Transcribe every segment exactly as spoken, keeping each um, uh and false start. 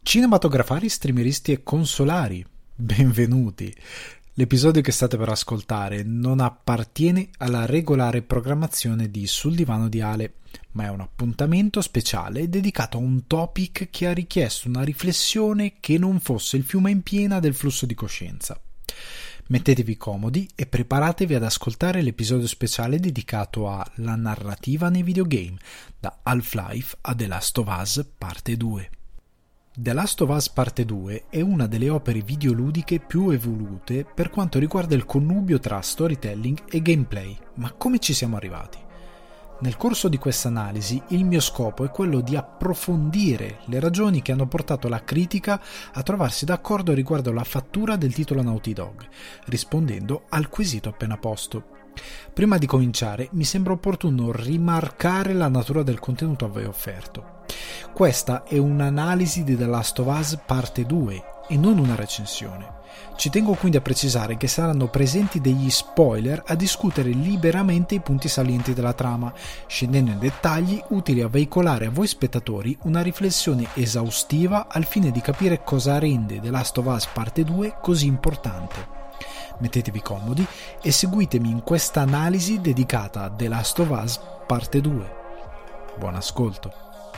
Cinematografari, streameristi e consolari, benvenuti! L'episodio che state per ascoltare non appartiene alla regolare programmazione di Sul Divano di Ale, ma è un appuntamento speciale dedicato a un topic che ha richiesto una riflessione che non fosse il fiume in piena del flusso di coscienza. Mettetevi comodi e preparatevi ad ascoltare l'episodio speciale dedicato alla narrativa nei videogame, da Half-Life a The Last of Us Parte due. The Last of Us Parte due è una delle opere videoludiche più evolute per quanto riguarda il connubio tra storytelling e gameplay, ma come ci siamo arrivati? Nel corso di questa analisi il mio scopo è quello di approfondire le ragioni che hanno portato la critica a trovarsi d'accordo riguardo alla fattura del titolo Naughty Dog, rispondendo al quesito appena posto. Prima di cominciare mi sembra opportuno rimarcare la natura del contenuto a voi offerto. Questa è un'analisi di The Last of Us Parte due e non una recensione. Ci tengo quindi a precisare che saranno presenti degli spoiler a discutere liberamente i punti salienti della trama, scendendo in dettagli utili a veicolare a voi spettatori una riflessione esaustiva al fine di capire cosa rende The Last of Us Parte due così importante. Mettetevi comodi e seguitemi in questa analisi dedicata a The Last of Us Parte due. Buon ascolto.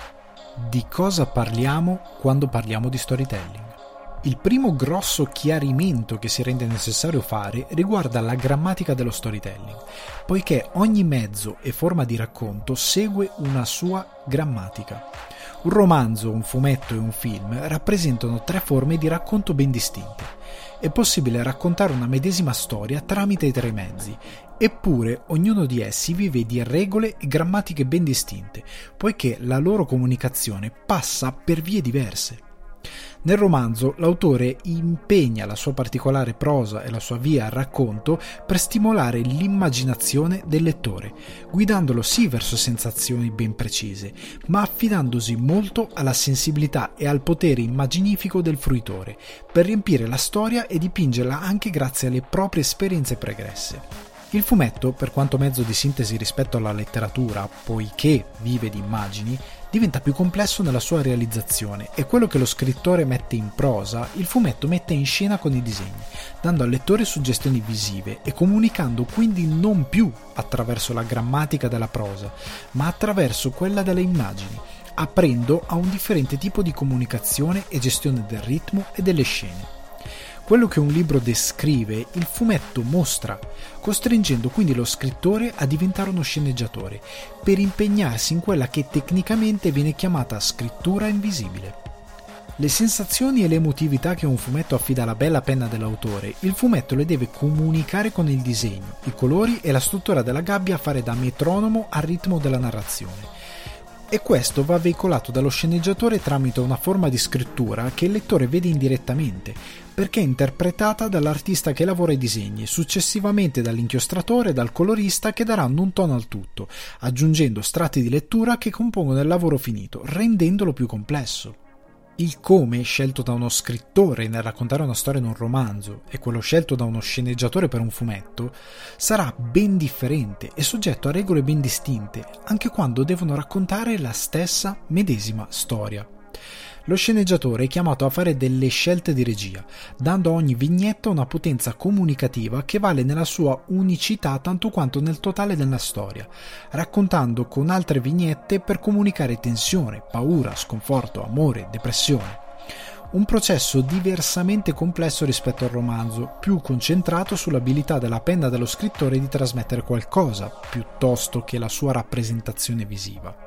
Di cosa parliamo quando parliamo di storytelling? Il primo grosso chiarimento che si rende necessario fare riguarda la grammatica dello storytelling, poiché ogni mezzo e forma di racconto segue una sua grammatica. Un romanzo, un fumetto e un film rappresentano tre forme di racconto ben distinte. È possibile raccontare una medesima storia tramite i tre mezzi, eppure ognuno di essi vive di regole e grammatiche ben distinte, poiché la loro comunicazione passa per vie diverse. Nel romanzo l'autore impegna la sua particolare prosa e la sua via al racconto per stimolare l'immaginazione del lettore, guidandolo sì verso sensazioni ben precise, ma affidandosi molto alla sensibilità e al potere immaginifico del fruitore, per riempire la storia e dipingerla anche grazie alle proprie esperienze pregresse. Il fumetto, per quanto mezzo di sintesi rispetto alla letteratura, poiché vive di immagini, diventa più complesso nella sua realizzazione e quello che lo scrittore mette in prosa, il fumetto mette in scena con i disegni, dando al lettore suggestioni visive e comunicando quindi non più attraverso la grammatica della prosa, ma attraverso quella delle immagini, aprendo a un differente tipo di comunicazione e gestione del ritmo e delle scene. Quello che un libro descrive, il fumetto mostra, costringendo quindi lo scrittore a diventare uno sceneggiatore, per impegnarsi in quella che tecnicamente viene chiamata scrittura invisibile. Le sensazioni e le emotività che un fumetto affida alla bella penna dell'autore, il fumetto le deve comunicare con il disegno, i colori e la struttura della gabbia a fare da metronomo al ritmo della narrazione. E questo va veicolato dallo sceneggiatore tramite una forma di scrittura che il lettore vede indirettamente, perché è interpretata dall'artista che lavora i disegni, successivamente dall'inchiostratore e dal colorista che daranno un tono al tutto, aggiungendo strati di lettura che compongono il lavoro finito, rendendolo più complesso. Il come scelto da uno scrittore nel raccontare una storia in un romanzo e quello scelto da uno sceneggiatore per un fumetto sarà ben differente e soggetto a regole ben distinte, anche quando devono raccontare la stessa medesima storia. Lo sceneggiatore è chiamato a fare delle scelte di regia, dando a ogni vignetta una potenza comunicativa che vale nella sua unicità tanto quanto nel totale della storia, raccontando con altre vignette per comunicare tensione, paura, sconforto, amore, depressione. Un processo diversamente complesso rispetto al romanzo, più concentrato sull'abilità della penna dello scrittore di trasmettere qualcosa, piuttosto che la sua rappresentazione visiva.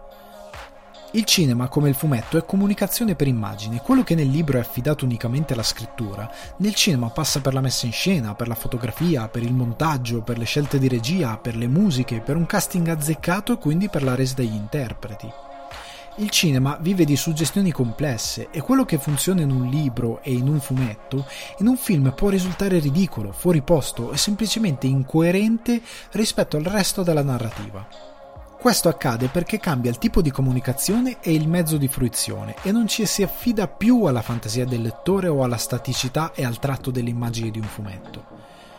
Il cinema, come il fumetto, è comunicazione per immagini. Quello che nel libro è affidato unicamente alla scrittura, nel cinema passa per la messa in scena, per la fotografia, per il montaggio, per le scelte di regia, per le musiche, per un casting azzeccato e quindi per la resa degli interpreti. Il cinema vive di suggestioni complesse e quello che funziona in un libro e in un fumetto, in un film può risultare ridicolo, fuori posto e semplicemente incoerente rispetto al resto della narrativa. Questo accade perché cambia il tipo di comunicazione e il mezzo di fruizione e non ci si affida più alla fantasia del lettore o alla staticità e al tratto delle immagini di un fumetto.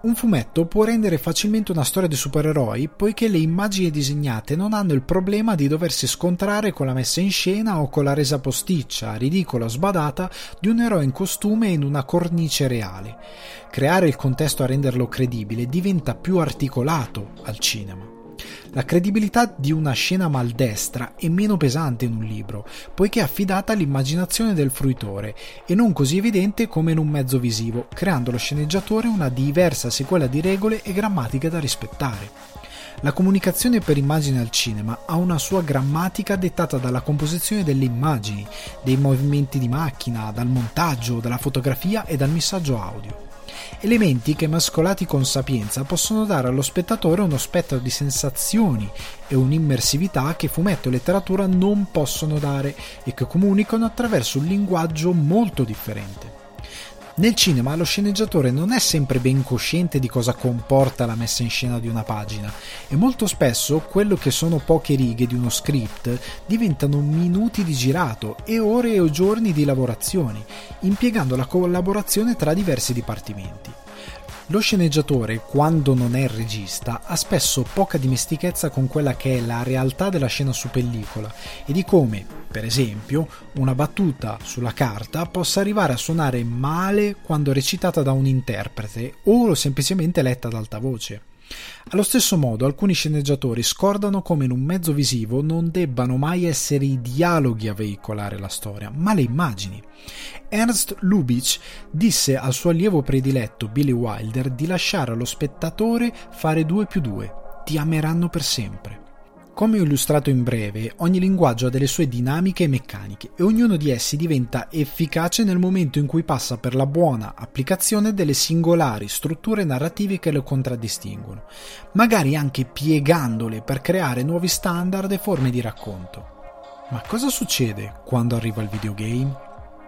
Un fumetto può rendere facilmente una storia di supereroi poiché le immagini disegnate non hanno il problema di doversi scontrare con la messa in scena o con la resa posticcia, ridicola o sbadata di un eroe in costume in una cornice reale. Creare il contesto a renderlo credibile diventa più articolato al cinema. La credibilità di una scena maldestra è meno pesante in un libro, poiché è affidata all'immaginazione del fruitore e non così evidente come in un mezzo visivo, creando allo sceneggiatore una diversa sequela di regole e grammatiche da rispettare. La comunicazione per immagine al cinema ha una sua grammatica dettata dalla composizione delle immagini, dei movimenti di macchina, dal montaggio, dalla fotografia e dal messaggio audio. Elementi che mescolati con sapienza possono dare allo spettatore uno spettro di sensazioni e un'immersività che fumetto e letteratura non possono dare e che comunicano attraverso un linguaggio molto differente. Nel cinema lo sceneggiatore non è sempre ben cosciente di cosa comporta la messa in scena di una pagina e molto spesso quello che sono poche righe di uno script diventano minuti di girato e ore o giorni di lavorazioni, impiegando la collaborazione tra diversi dipartimenti. Lo sceneggiatore, quando non è il regista, ha spesso poca dimestichezza con quella che è la realtà della scena su pellicola e di come, per esempio, una battuta sulla carta possa arrivare a suonare male quando recitata da un interprete o semplicemente letta ad alta voce. Allo stesso modo, alcuni sceneggiatori scordano come in un mezzo visivo non debbano mai essere i dialoghi a veicolare la storia, ma le immagini. Ernst Lubitsch disse al suo allievo prediletto Billy Wilder di lasciare allo spettatore fare due più due, ti ameranno per sempre. Come ho illustrato in breve, ogni linguaggio ha delle sue dinamiche e meccaniche e ognuno di essi diventa efficace nel momento in cui passa per la buona applicazione delle singolari strutture narrative che lo contraddistinguono, magari anche piegandole per creare nuovi standard e forme di racconto. Ma cosa succede quando arriva il videogame?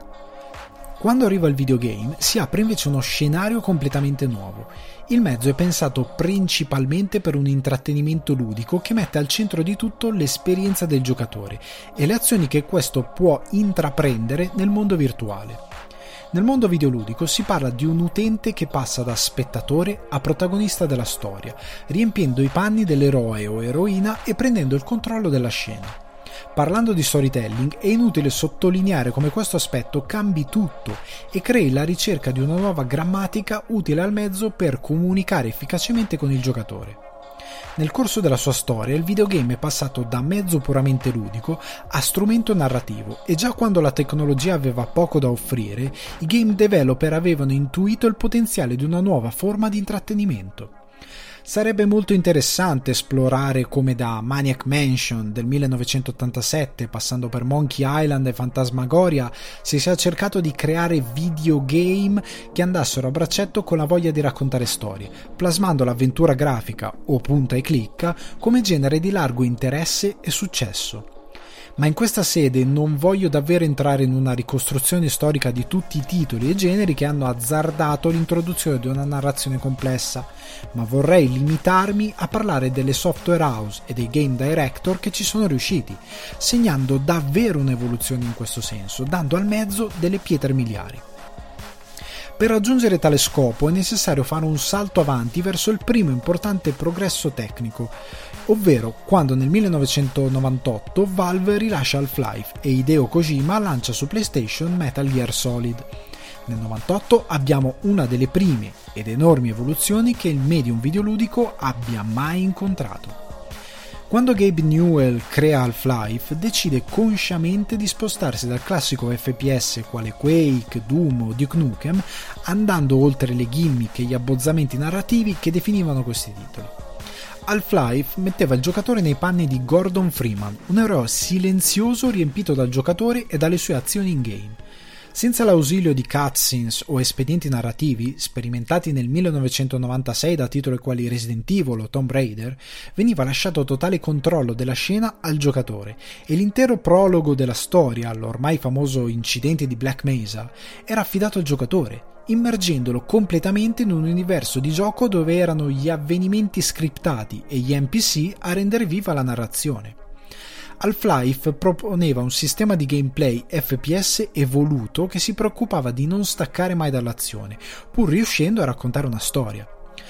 Quando arriva il videogame si apre invece uno scenario completamente nuovo. Il mezzo è pensato principalmente per un intrattenimento ludico che mette al centro di tutto l'esperienza del giocatore e le azioni che questo può intraprendere nel mondo virtuale. Nel mondo videoludico si parla di un utente che passa da spettatore a protagonista della storia, riempiendo i panni dell'eroe o eroina e prendendo il controllo della scena. Parlando di storytelling, è inutile sottolineare come questo aspetto cambi tutto e crei la ricerca di una nuova grammatica utile al mezzo per comunicare efficacemente con il giocatore. Nel corso della sua storia, il videogame è passato da mezzo puramente ludico a strumento narrativo e già quando la tecnologia aveva poco da offrire, i game developer avevano intuito il potenziale di una nuova forma di intrattenimento. Sarebbe molto interessante esplorare come da Maniac Mansion del millenovecentottantasette, passando per Monkey Island e Phantasmagoria, si sia cercato di creare videogame che andassero a braccetto con la voglia di raccontare storie, plasmando l'avventura grafica o punta e clicca come genere di largo interesse e successo. Ma in questa sede non voglio davvero entrare in una ricostruzione storica di tutti i titoli e generi che hanno azzardato l'introduzione di una narrazione complessa, ma vorrei limitarmi a parlare delle software house e dei game director che ci sono riusciti, segnando davvero un'evoluzione in questo senso, dando al mezzo delle pietre miliari. Per raggiungere tale scopo è necessario fare un salto avanti verso il primo importante progresso tecnico, ovvero quando nel millenovecentonovantotto Valve rilascia Half-Life e Hideo Kojima lancia su PlayStation Metal Gear Solid. Nel novantotto abbiamo una delle prime ed enormi evoluzioni che il medium videoludico abbia mai incontrato. Quando Gabe Newell crea Half-Life, decide consciamente di spostarsi dal classico F P S quale Quake, Doom o Duke Nukem, andando oltre le gimmick e gli abbozzamenti narrativi che definivano questi titoli. Half-Life metteva il giocatore nei panni di Gordon Freeman, un eroe silenzioso riempito dal giocatore e dalle sue azioni in-game. Senza l'ausilio di cutscenes o espedienti narrativi, sperimentati nel millenovecentonovantasei da titoli quali Resident Evil o Tomb Raider, veniva lasciato totale controllo della scena al giocatore e l'intero prologo della storia, l'ormai famoso incidente di Black Mesa, era affidato al giocatore, immergendolo completamente in un universo di gioco dove erano gli avvenimenti scriptati e gli N P C a rendere viva la narrazione. Half-Life proponeva un sistema di gameplay F P S evoluto che si preoccupava di non staccare mai dall'azione, pur riuscendo a raccontare una storia.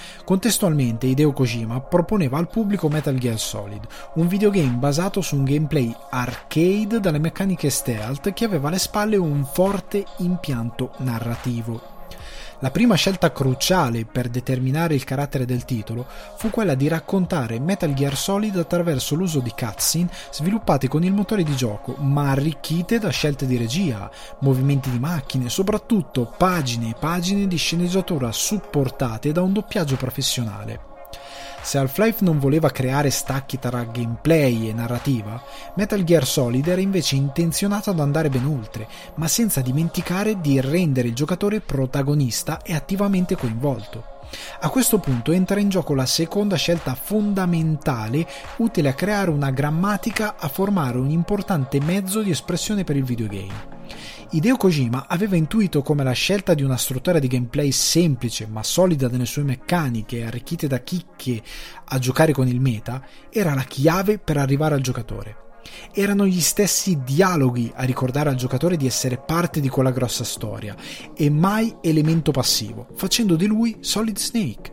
Contestualmente Hideo Kojima proponeva al pubblico Metal Gear Solid, un videogame basato su un gameplay arcade dalle meccaniche stealth che aveva alle spalle un forte impianto narrativo. La prima scelta cruciale per determinare il carattere del titolo fu quella di raccontare Metal Gear Solid attraverso l'uso di cutscene sviluppate con il motore di gioco, ma arricchite da scelte di regia, movimenti di macchine e soprattutto pagine e pagine di sceneggiatura supportate da un doppiaggio professionale. Se Half-Life non voleva creare stacchi tra gameplay e narrativa, Metal Gear Solid era invece intenzionato ad andare ben oltre, ma senza dimenticare di rendere il giocatore protagonista e attivamente coinvolto. A questo punto entra in gioco la seconda scelta fondamentale utile a creare una grammatica, a formare un importante mezzo di espressione per il videogame. Hideo Kojima aveva intuito come la scelta di una struttura di gameplay semplice ma solida nelle sue meccaniche e arricchite da chicche a giocare con il meta era la chiave per arrivare al giocatore. Erano gli stessi dialoghi a ricordare al giocatore di essere parte di quella grossa storia e mai elemento passivo, facendo di lui Solid Snake.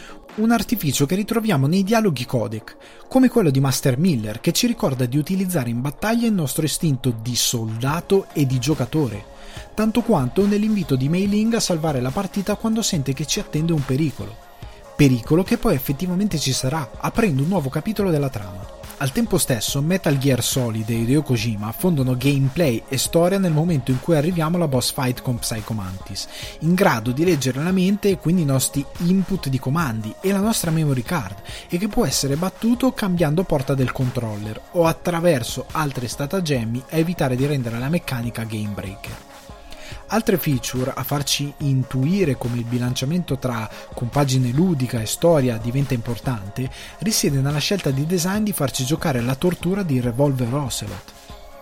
Un artificio che ritroviamo nei dialoghi codec, come quello di Master Miller, che ci ricorda di utilizzare in battaglia il nostro istinto di soldato e di giocatore, tanto quanto nell'invito di Mei Ling a salvare la partita quando sente che ci attende un pericolo. Pericolo che poi effettivamente ci sarà, aprendo un nuovo capitolo della trama. Al tempo stesso, Metal Gear Solid e Hideo Kojima fondono gameplay e storia nel momento in cui arriviamo alla boss fight con Psycho Mantis, in grado di leggere la mente e quindi i nostri input di comandi e la nostra memory card, e che può essere battuto cambiando porta del controller o attraverso altri stratagemmi a evitare di rendere la meccanica game breaker. Altre feature a farci intuire come il bilanciamento tra compagine ludica e storia diventa importante risiede nella scelta di design di farci giocare alla tortura di Revolver Ocelot.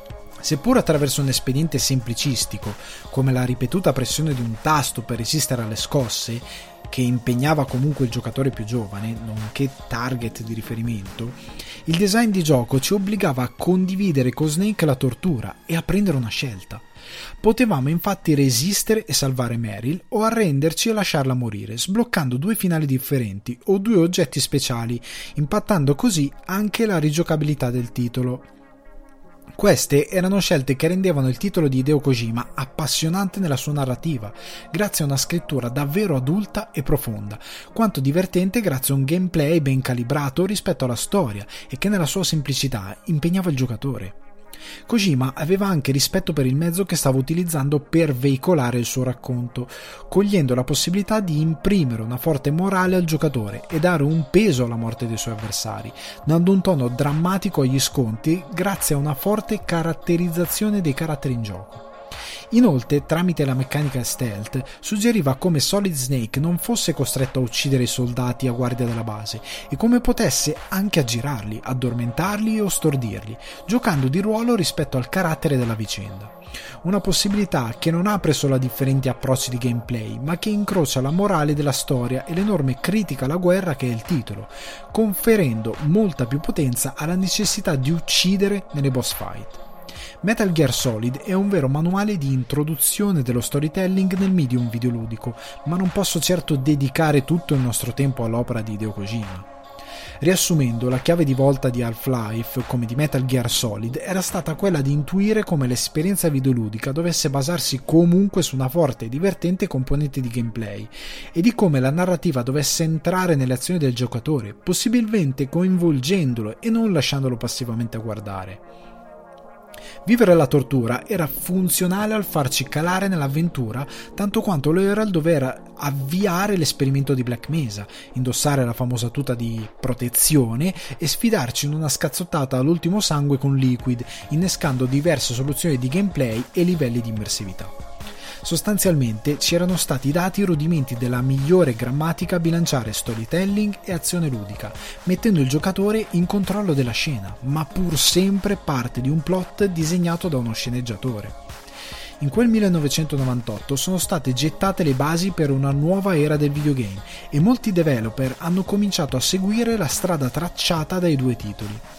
Seppur attraverso un espediente semplicistico, come la ripetuta pressione di un tasto per resistere alle scosse, che impegnava comunque il giocatore più giovane, nonché target di riferimento, il design di gioco ci obbligava a condividere con Snake la tortura e a prendere una scelta. Potevamo infatti resistere e salvare Meryl o arrenderci e lasciarla morire, sbloccando due finali differenti o due oggetti speciali, impattando così anche la rigiocabilità del titolo. Queste erano scelte che rendevano il titolo di Hideo Kojima appassionante nella sua narrativa, grazie a una scrittura davvero adulta e profonda, quanto divertente grazie a un gameplay ben calibrato rispetto alla storia e che nella sua semplicità impegnava il giocatore. Kojima aveva anche rispetto per il mezzo che stava utilizzando per veicolare il suo racconto, cogliendo la possibilità di imprimere una forte morale al giocatore e dare un peso alla morte dei suoi avversari, dando un tono drammatico agli scontri grazie a una forte caratterizzazione dei caratteri in gioco. Inoltre, tramite la meccanica stealth, suggeriva come Solid Snake non fosse costretto a uccidere i soldati a guardia della base e come potesse anche aggirarli, addormentarli o stordirli, giocando di ruolo rispetto al carattere della vicenda. Una possibilità che non apre solo a differenti approcci di gameplay, ma che incrocia la morale della storia e l'enorme critica alla guerra che è il titolo, conferendo molta più potenza alla necessità di uccidere nelle boss fight. Metal Gear Solid è un vero manuale di introduzione dello storytelling nel medium videoludico, ma non posso certo dedicare tutto il nostro tempo all'opera di Hideo Kojima. Riassumendo, la chiave di volta di Half-Life, come di Metal Gear Solid, era stata quella di intuire come l'esperienza videoludica dovesse basarsi comunque su una forte e divertente componente di gameplay e di come la narrativa dovesse entrare nelle azioni del giocatore, possibilmente coinvolgendolo e non lasciandolo passivamente a guardare. Vivere la tortura era funzionale al farci calare nell'avventura tanto quanto lo era il dover avviare l'esperimento di Black Mesa, indossare la famosa tuta di protezione e sfidarci in una scazzottata all'ultimo sangue con Liquid, innescando diverse soluzioni di gameplay e livelli di immersività. Sostanzialmente ci erano stati dati i rudimenti della migliore grammatica a bilanciare storytelling e azione ludica, mettendo il giocatore in controllo della scena, ma pur sempre parte di un plot disegnato da uno sceneggiatore. In quel millenovecentonovantotto sono state gettate le basi per una nuova era del videogame e molti developer hanno cominciato a seguire la strada tracciata dai due titoli.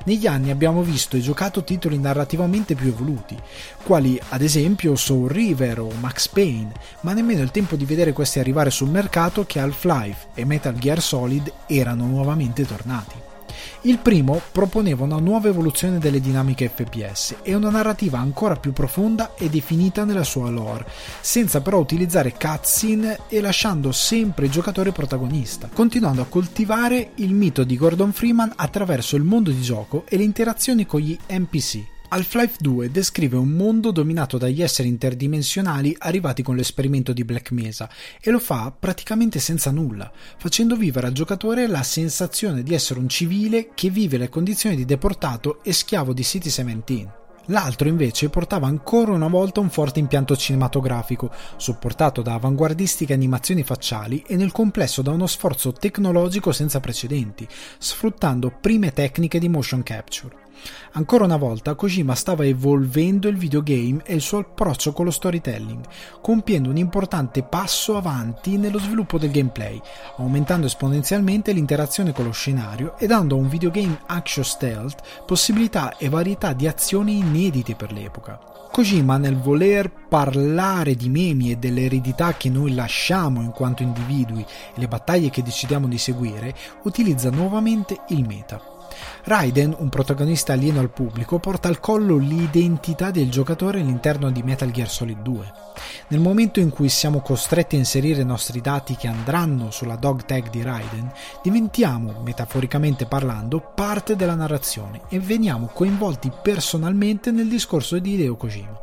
Negli anni abbiamo visto e giocato titoli narrativamente più evoluti, quali ad esempio Soul River o Max Payne, ma nemmeno il tempo di vedere questi arrivare sul mercato che Half-Life e Metal Gear Solid erano nuovamente tornati. Il primo proponeva una nuova evoluzione delle dinamiche F P S e una narrativa ancora più profonda e definita nella sua lore, senza però utilizzare cutscene e lasciando sempre il giocatore protagonista, continuando a coltivare il mito di Gordon Freeman attraverso il mondo di gioco e le interazioni con gli N P C. Half-Life due descrive un mondo dominato dagli esseri interdimensionali arrivati con l'esperimento di Black Mesa e lo fa praticamente senza nulla, facendo vivere al giocatore la sensazione di essere un civile che vive le condizioni di deportato e schiavo di City diciassette. L'altro invece portava ancora una volta un forte impianto cinematografico, supportato da avanguardistiche animazioni facciali e nel complesso da uno sforzo tecnologico senza precedenti, sfruttando prime tecniche di motion capture. Ancora una volta Kojima stava evolvendo il videogame e il suo approccio con lo storytelling, compiendo un importante passo avanti nello sviluppo del gameplay, aumentando esponenzialmente l'interazione con lo scenario e dando a un videogame action stealth possibilità e varietà di azioni inedite per l'epoca. Kojima, nel voler parlare di memi e dell'eredità che noi lasciamo in quanto individui e le battaglie che decidiamo di seguire, utilizza nuovamente il meta. Raiden, un protagonista alieno al pubblico, porta al collo l'identità del giocatore all'interno di Metal Gear Solid due. Nel momento in cui siamo costretti a inserire i nostri dati che andranno sulla dog tag di Raiden, diventiamo, metaforicamente parlando, parte della narrazione e veniamo coinvolti personalmente nel discorso di Hideo Kojima.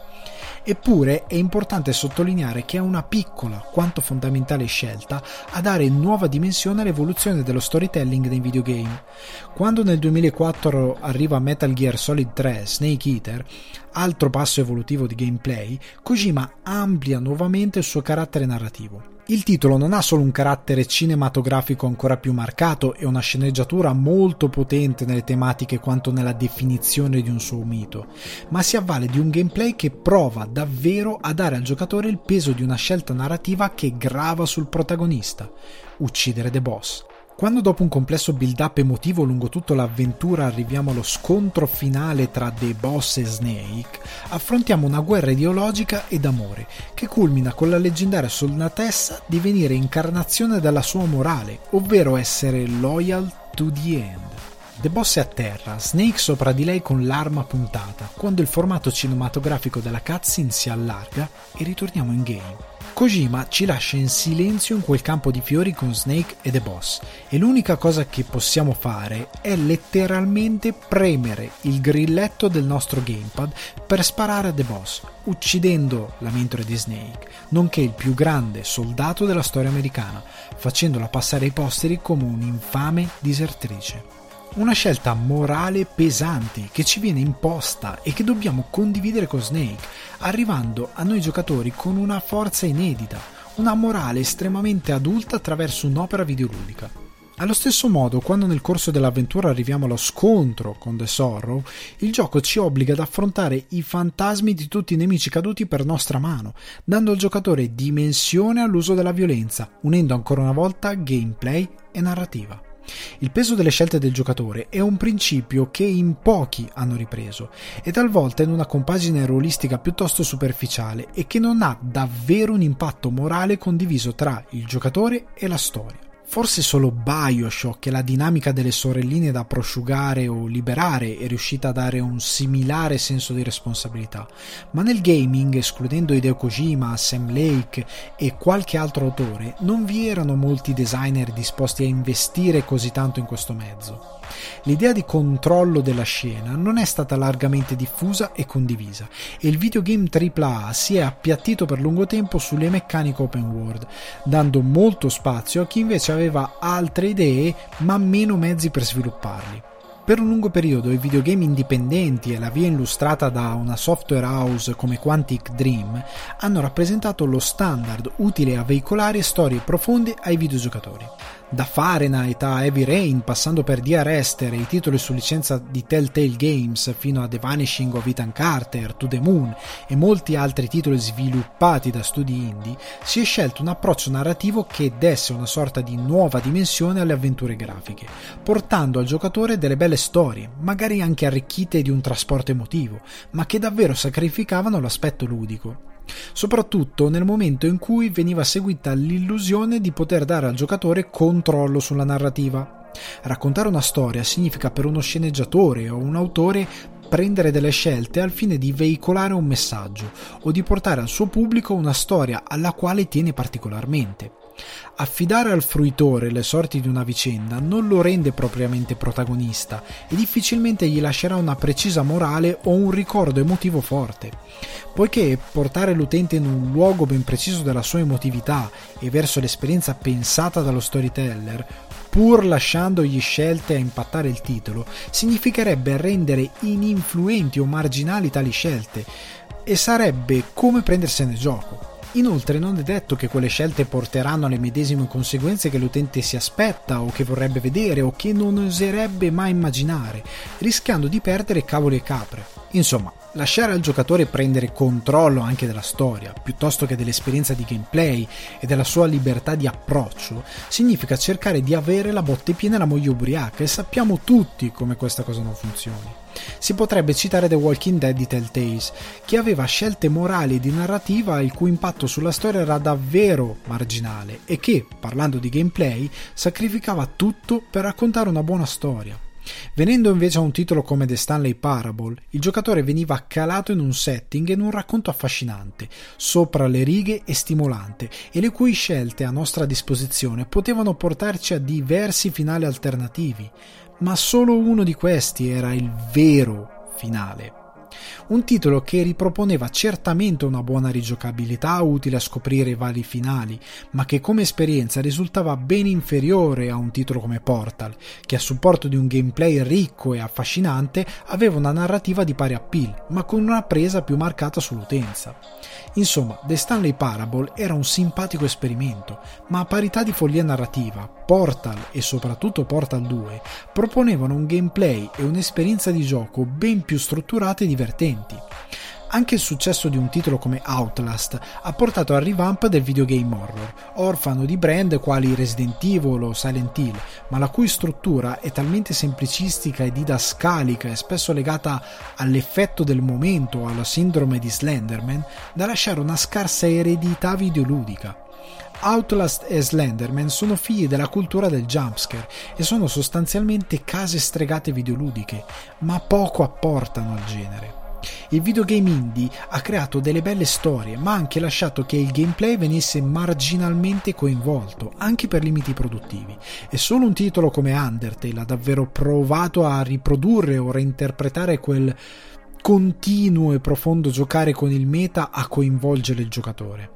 Eppure è importante sottolineare che è una piccola quanto fondamentale scelta a dare nuova dimensione all'evoluzione dello storytelling nei videogame. Quando nel duemilaquattro arriva Metal Gear Solid tre Snake Eater, altro passo evolutivo di gameplay, Kojima amplia nuovamente il suo carattere narrativo. Il titolo non ha solo un carattere cinematografico ancora più marcato e una sceneggiatura molto potente nelle tematiche quanto nella definizione di un suo mito, ma si avvale di un gameplay che prova davvero a dare al giocatore il peso di una scelta narrativa che grava sul protagonista: uccidere The Boss. Quando dopo un complesso build-up emotivo lungo tutta l'avventura arriviamo allo scontro finale tra The Boss e Snake, affrontiamo una guerra ideologica ed amore che culmina con la leggendaria soldatessa divenire incarnazione della sua morale, ovvero essere loyal to the end. The Boss è a terra, Snake sopra di lei con l'arma puntata, quando il formato cinematografico della cutscene si allarga e ritorniamo in game. Kojima ci lascia in silenzio in quel campo di fiori con Snake e The Boss e l'unica cosa che possiamo fare è letteralmente premere il grilletto del nostro gamepad per sparare a The Boss, uccidendo la mentore di Snake, nonché il più grande soldato della storia americana, facendola passare ai posteri come un'infame disertrice. Una scelta morale pesante che ci viene imposta e che dobbiamo condividere con Snake, arrivando a noi giocatori con una forza inedita, una morale estremamente adulta attraverso un'opera videoludica. Allo stesso modo, quando nel corso dell'avventura arriviamo allo scontro con The Sorrow, il gioco ci obbliga ad affrontare i fantasmi di tutti i nemici caduti per nostra mano, dando al giocatore dimensione all'uso della violenza, unendo ancora una volta gameplay e narrativa. Il peso delle scelte del giocatore è un principio che in pochi hanno ripreso e talvolta in una compagine ruolistica piuttosto superficiale e che non ha davvero un impatto morale condiviso tra il giocatore e la storia. Forse solo BioShock e la dinamica delle sorelline da prosciugare o liberare è riuscita a dare un similare senso di responsabilità, ma nel gaming, escludendo Hideo Kojima, Sam Lake e qualche altro autore, non vi erano molti designer disposti a investire così tanto in questo mezzo. L'idea di controllo della scena non è stata largamente diffusa e condivisa e il videogame tripla A si è appiattito per lungo tempo sulle meccaniche open world, dando molto spazio a chi invece aveva altre idee ma meno mezzi per svilupparli. Per un lungo periodo i videogame indipendenti e la via illustrata da una software house come Quantic Dream hanno rappresentato lo standard utile a veicolare storie profonde ai videogiocatori. Da Fahrenheit a Heavy Rain, passando per Dear Esther e i titoli su licenza di Telltale Games fino a The Vanishing of Ethan Carter, To the Moon e molti altri titoli sviluppati da studi indie, si è scelto un approccio narrativo che desse una sorta di nuova dimensione alle avventure grafiche, portando al giocatore delle belle storie, magari anche arricchite di un trasporto emotivo, ma che davvero sacrificavano l'aspetto ludico. Soprattutto nel momento in cui veniva seguita l'illusione di poter dare al giocatore controllo sulla narrativa. Raccontare una storia significa per uno sceneggiatore o un autore prendere delle scelte al fine di veicolare un messaggio o di portare al suo pubblico una storia alla quale tiene particolarmente. Affidare al fruitore le sorti di una vicenda non lo rende propriamente protagonista e difficilmente gli lascerà una precisa morale o un ricordo emotivo forte, poiché portare l'utente in un luogo ben preciso della sua emotività e verso l'esperienza pensata dallo storyteller, pur lasciandogli scelte a impattare il titolo, significherebbe rendere ininfluenti o marginali tali scelte e sarebbe come prendersene gioco. Inoltre non è detto che quelle scelte porteranno alle medesime conseguenze che l'utente si aspetta o che vorrebbe vedere o che non oserebbe mai immaginare, rischiando di perdere cavoli e capre. Insomma, lasciare al giocatore prendere controllo anche della storia, piuttosto che dell'esperienza di gameplay e della sua libertà di approccio, significa cercare di avere la botte piena e la moglie ubriaca, e sappiamo tutti come questa cosa non funzioni. Si potrebbe citare The Walking Dead di Telltales, che aveva scelte morali e di narrativa il cui impatto sulla storia era davvero marginale e che, parlando di gameplay, sacrificava tutto per raccontare una buona storia. Venendo invece a un titolo come The Stanley Parable, il giocatore veniva calato in un setting e in un racconto affascinante, sopra le righe e stimolante, e le cui scelte a nostra disposizione potevano portarci a diversi finali alternativi, ma solo uno di questi era il vero finale. Un titolo che riproponeva certamente una buona rigiocabilità utile a scoprire i vari finali, ma che come esperienza risultava ben inferiore a un titolo come Portal, che a supporto di un gameplay ricco e affascinante aveva una narrativa di pari appeal, ma con una presa più marcata sull'utenza. Insomma, The Stanley Parable era un simpatico esperimento, ma a parità di follia narrativa, Portal e soprattutto Portal due proponevano un gameplay e un'esperienza di gioco ben più strutturate e divertenti. Anche il successo di un titolo come Outlast ha portato al revamp del videogame horror, orfano di brand quali Resident Evil o Silent Hill, ma la cui struttura è talmente semplicistica e didascalica e spesso legata all'effetto del momento o alla sindrome di Slenderman da lasciare una scarsa eredità videoludica. Outlast e Slenderman sono figli della cultura del jumpscare e sono sostanzialmente case stregate videoludiche, ma poco apportano al genere. Il videogame indie ha creato delle belle storie, ma ha anche lasciato che il gameplay venisse marginalmente coinvolto, anche per limiti produttivi, e solo un titolo come Undertale ha davvero provato a riprodurre o reinterpretare quel continuo e profondo giocare con il meta a coinvolgere il giocatore.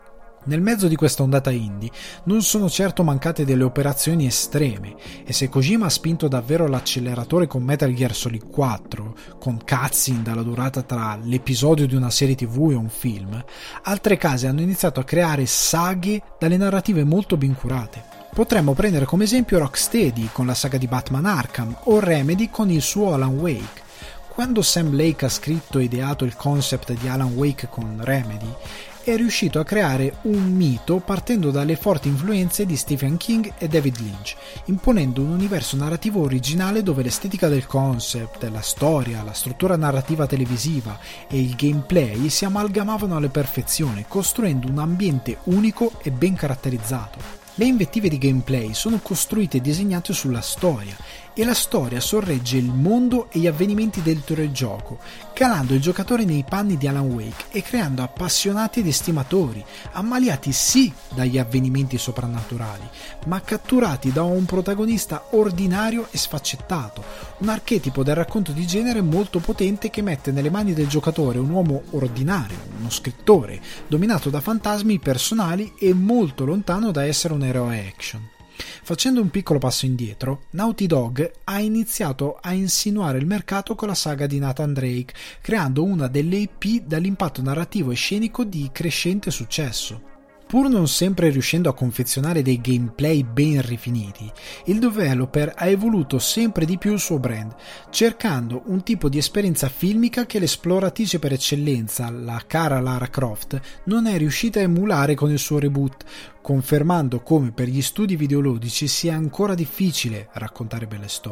Nel mezzo di questa ondata indie non sono certo mancate delle operazioni estreme, e se Kojima ha spinto davvero l'acceleratore con Metal Gear Solid quattro, con cutscene dalla durata tra l'episodio di una serie tv e un film, altre case hanno iniziato a creare saghe dalle narrative molto ben curate. Potremmo prendere come esempio Rocksteady con la saga di Batman Arkham o Remedy con il suo Alan Wake. Quando Sam Lake ha scritto e ideato il concept di Alan Wake con Remedy, è riuscito a creare un mito partendo dalle forti influenze di Stephen King e David Lynch, imponendo un universo narrativo originale dove l'estetica del concept, la storia, la struttura narrativa televisiva e il gameplay si amalgamavano alla perfezione, costruendo un ambiente unico e ben caratterizzato. Le invettive di gameplay sono costruite e disegnate sulla storia, e la storia sorregge il mondo e gli avvenimenti dentro il gioco, calando il giocatore nei panni di Alan Wake e creando appassionati ed estimatori, ammaliati sì dagli avvenimenti soprannaturali, ma catturati da un protagonista ordinario e sfaccettato, un archetipo del racconto di genere molto potente che mette nelle mani del giocatore un uomo ordinario, uno scrittore, dominato da fantasmi personali e molto lontano da essere un eroe action. Facendo un piccolo passo indietro, Naughty Dog ha iniziato a insinuare il mercato con la saga di Nathan Drake, creando una delle I P dall'impatto narrativo e scenico di crescente successo. Pur non sempre riuscendo a confezionare dei gameplay ben rifiniti, il developer ha evoluto sempre di più il suo brand, cercando un tipo di esperienza filmica che l'esploratrice per eccellenza, la cara Lara Croft, non è riuscita a emulare con il suo reboot, confermando come per gli studi videoludici sia ancora difficile raccontare belle storie.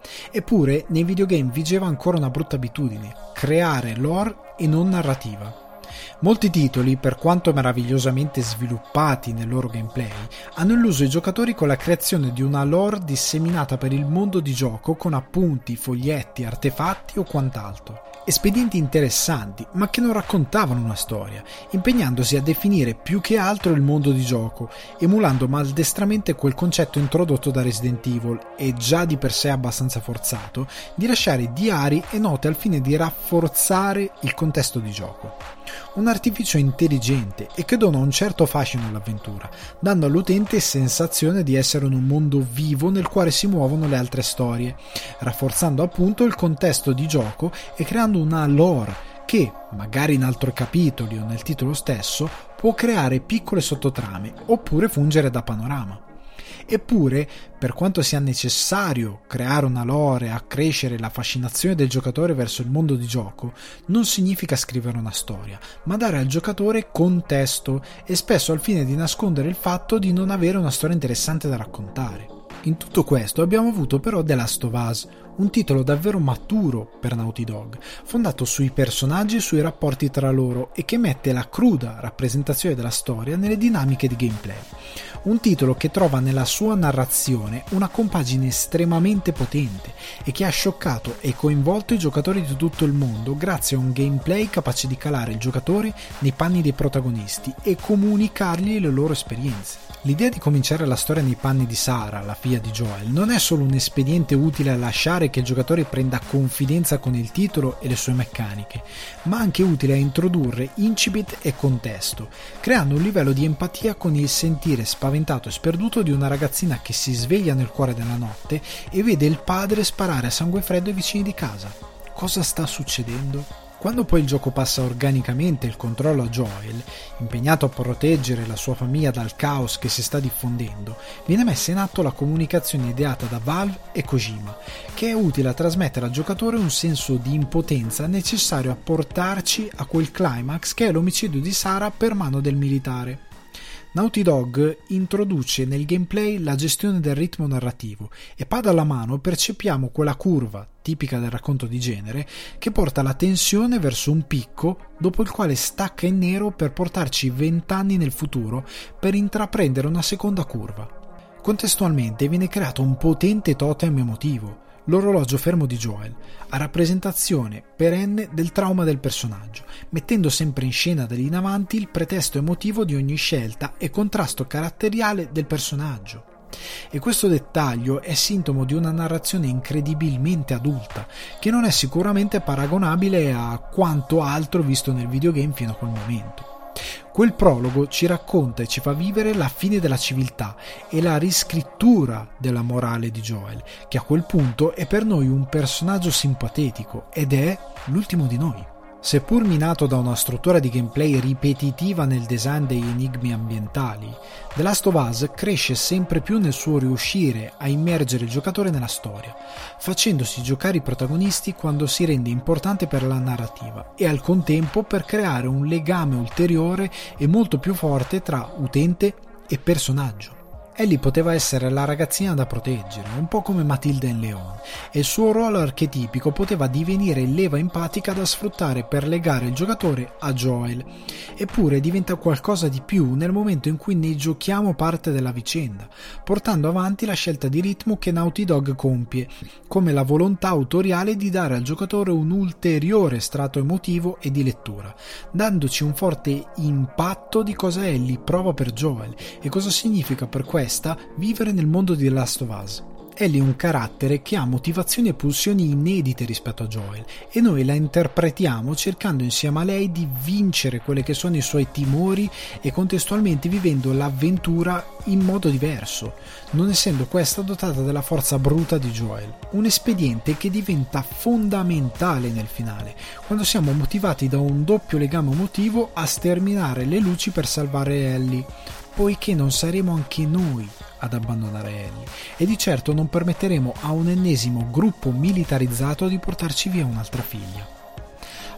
Eppure nei videogame vigeva ancora una brutta abitudine: creare lore e non narrativa. Molti titoli, per quanto meravigliosamente sviluppati nel loro gameplay, hanno illuso i giocatori con la creazione di una lore disseminata per il mondo di gioco con appunti, foglietti, artefatti o quant'altro. Espedienti interessanti, ma che non raccontavano una storia, impegnandosi a definire più che altro il mondo di gioco, emulando maldestramente quel concetto introdotto da Resident Evil, e già di per sé abbastanza forzato, di lasciare diari e note al fine di rafforzare il contesto di gioco. Un artificio intelligente e che dona un certo fascino all'avventura, dando all'utente sensazione di essere in un mondo vivo nel quale si muovono le altre storie, rafforzando appunto il contesto di gioco e creando una lore che, magari in altri capitoli o nel titolo stesso, può creare piccole sottotrame oppure fungere da panorama. Eppure, per quanto sia necessario creare una lore e accrescere la fascinazione del giocatore verso il mondo di gioco, non significa scrivere una storia, ma dare al giocatore contesto, e spesso al fine di nascondere il fatto di non avere una storia interessante da raccontare. In tutto questo abbiamo avuto però The Last of Us, un titolo davvero maturo per Naughty Dog, fondato sui personaggi e sui rapporti tra loro e che mette la cruda rappresentazione della storia nelle dinamiche di gameplay. Un titolo che trova nella sua narrazione una compagine estremamente potente e che ha scioccato e coinvolto i giocatori di tutto il mondo grazie a un gameplay capace di calare il giocatore nei panni dei protagonisti e comunicargli le loro esperienze. L'idea di cominciare la storia nei panni di Sarah, la figlia di Joel, non è solo un espediente utile a lasciare che il giocatore prenda confidenza con il titolo e le sue meccaniche, ma anche utile a introdurre incipit e contesto, creando un livello di empatia con il sentire spaventato e sperduto di una ragazzina che si sveglia nel cuore della notte e vede il padre sparare a sangue freddo ai vicini di casa. Cosa sta succedendo? Quando poi il gioco passa organicamente il controllo a Joel, impegnato a proteggere la sua famiglia dal caos che si sta diffondendo, viene messa in atto la comunicazione ideata da Valve e Kojima, che è utile a trasmettere al giocatore un senso di impotenza necessario a portarci a quel climax che è l'omicidio di Sarah per mano del militare. Naughty Dog introduce nel gameplay la gestione del ritmo narrativo e pada alla mano percepiamo quella curva, tipica del racconto di genere, che porta la tensione verso un picco dopo il quale stacca in nero per portarci vent'anni nel futuro per intraprendere una seconda curva. Contestualmente viene creato un potente totem emotivo, l'orologio fermo di Joel, a rappresentazione perenne del trauma del personaggio, mettendo sempre in scena da lì in avanti il pretesto emotivo di ogni scelta e contrasto caratteriale del personaggio. E questo dettaglio è sintomo di una narrazione incredibilmente adulta, che non è sicuramente paragonabile a quanto altro visto nel videogame fino a quel momento. Quel prologo ci racconta e ci fa vivere la fine della civiltà e la riscrittura della morale di Joel, che a quel punto è per noi un personaggio simpatico ed è l'ultimo di noi. Seppur minato da una struttura di gameplay ripetitiva nel design degli enigmi ambientali, The Last of Us cresce sempre più nel suo riuscire a immergere il giocatore nella storia, facendosi giocare i protagonisti quando si rende importante per la narrativa e al contempo per creare un legame ulteriore e molto più forte tra utente e personaggio. Ellie poteva essere la ragazzina da proteggere, un po' come Matilda in Leon, e il suo ruolo archetipico poteva divenire leva empatica da sfruttare per legare il giocatore a Joel. Eppure diventa qualcosa di più nel momento in cui ne giochiamo parte della vicenda, portando avanti la scelta di ritmo che Naughty Dog compie, come la volontà autoriale di dare al giocatore un ulteriore strato emotivo e di lettura, dandoci un forte impatto di cosa Ellie prova per Joel e cosa significa per questo vivere nel mondo di The Last of Us. Ellie è un carattere che ha motivazioni e pulsioni inedite rispetto a Joel e noi la interpretiamo cercando insieme a lei di vincere quelli che sono i suoi timori e contestualmente vivendo l'avventura in modo diverso, non essendo questa dotata della forza bruta di Joel, un espediente che diventa fondamentale nel finale, quando siamo motivati da un doppio legame emotivo a sterminare le luci per salvare Ellie, poiché non saremo anche noi ad abbandonare Ellie e di certo non permetteremo a un ennesimo gruppo militarizzato di portarci via un'altra figlia.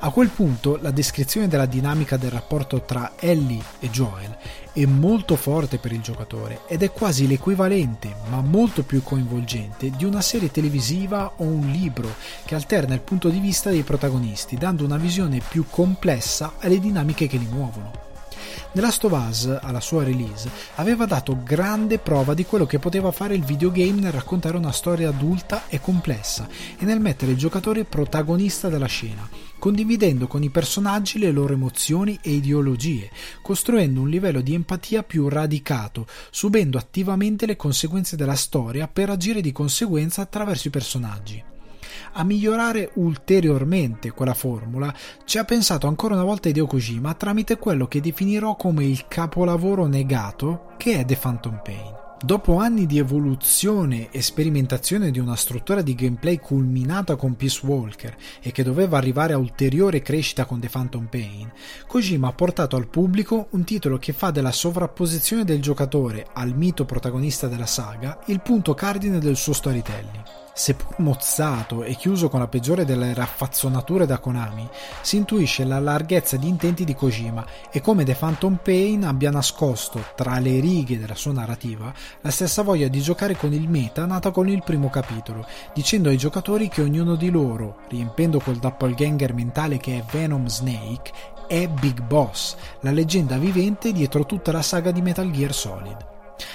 A quel punto la descrizione della dinamica del rapporto tra Ellie e Joel è molto forte per il giocatore ed è quasi l'equivalente, ma molto più coinvolgente, di una serie televisiva o un libro che alterna il punto di vista dei protagonisti, dando una visione più complessa alle dinamiche che li muovono. The Last of Us, alla sua release, aveva dato grande prova di quello che poteva fare il videogame nel raccontare una storia adulta e complessa e nel mettere il giocatore protagonista della scena, condividendo con i personaggi le loro emozioni e ideologie, costruendo un livello di empatia più radicato, subendo attivamente le conseguenze della storia per agire di conseguenza attraverso i personaggi. A migliorare ulteriormente quella formula ci ha pensato ancora una volta Hideo Kojima tramite quello che definirò come il capolavoro negato che è The Phantom Pain. Dopo anni di evoluzione e sperimentazione di una struttura di gameplay culminata con Peace Walker e che doveva arrivare a ulteriore crescita con The Phantom Pain, Kojima ha portato al pubblico un titolo che fa della sovrapposizione del giocatore al mito protagonista della saga il punto cardine del suo storytelling. Seppur mozzato e chiuso con la peggiore delle raffazzonature da Konami, si intuisce la larghezza di intenti di Kojima e come The Phantom Pain abbia nascosto, tra le righe della sua narrativa, la stessa voglia di giocare con il meta nata con il primo capitolo, dicendo ai giocatori che ognuno di loro, riempendo quel doppelganger mentale che è Venom Snake, è Big Boss, la leggenda vivente dietro tutta la saga di Metal Gear Solid.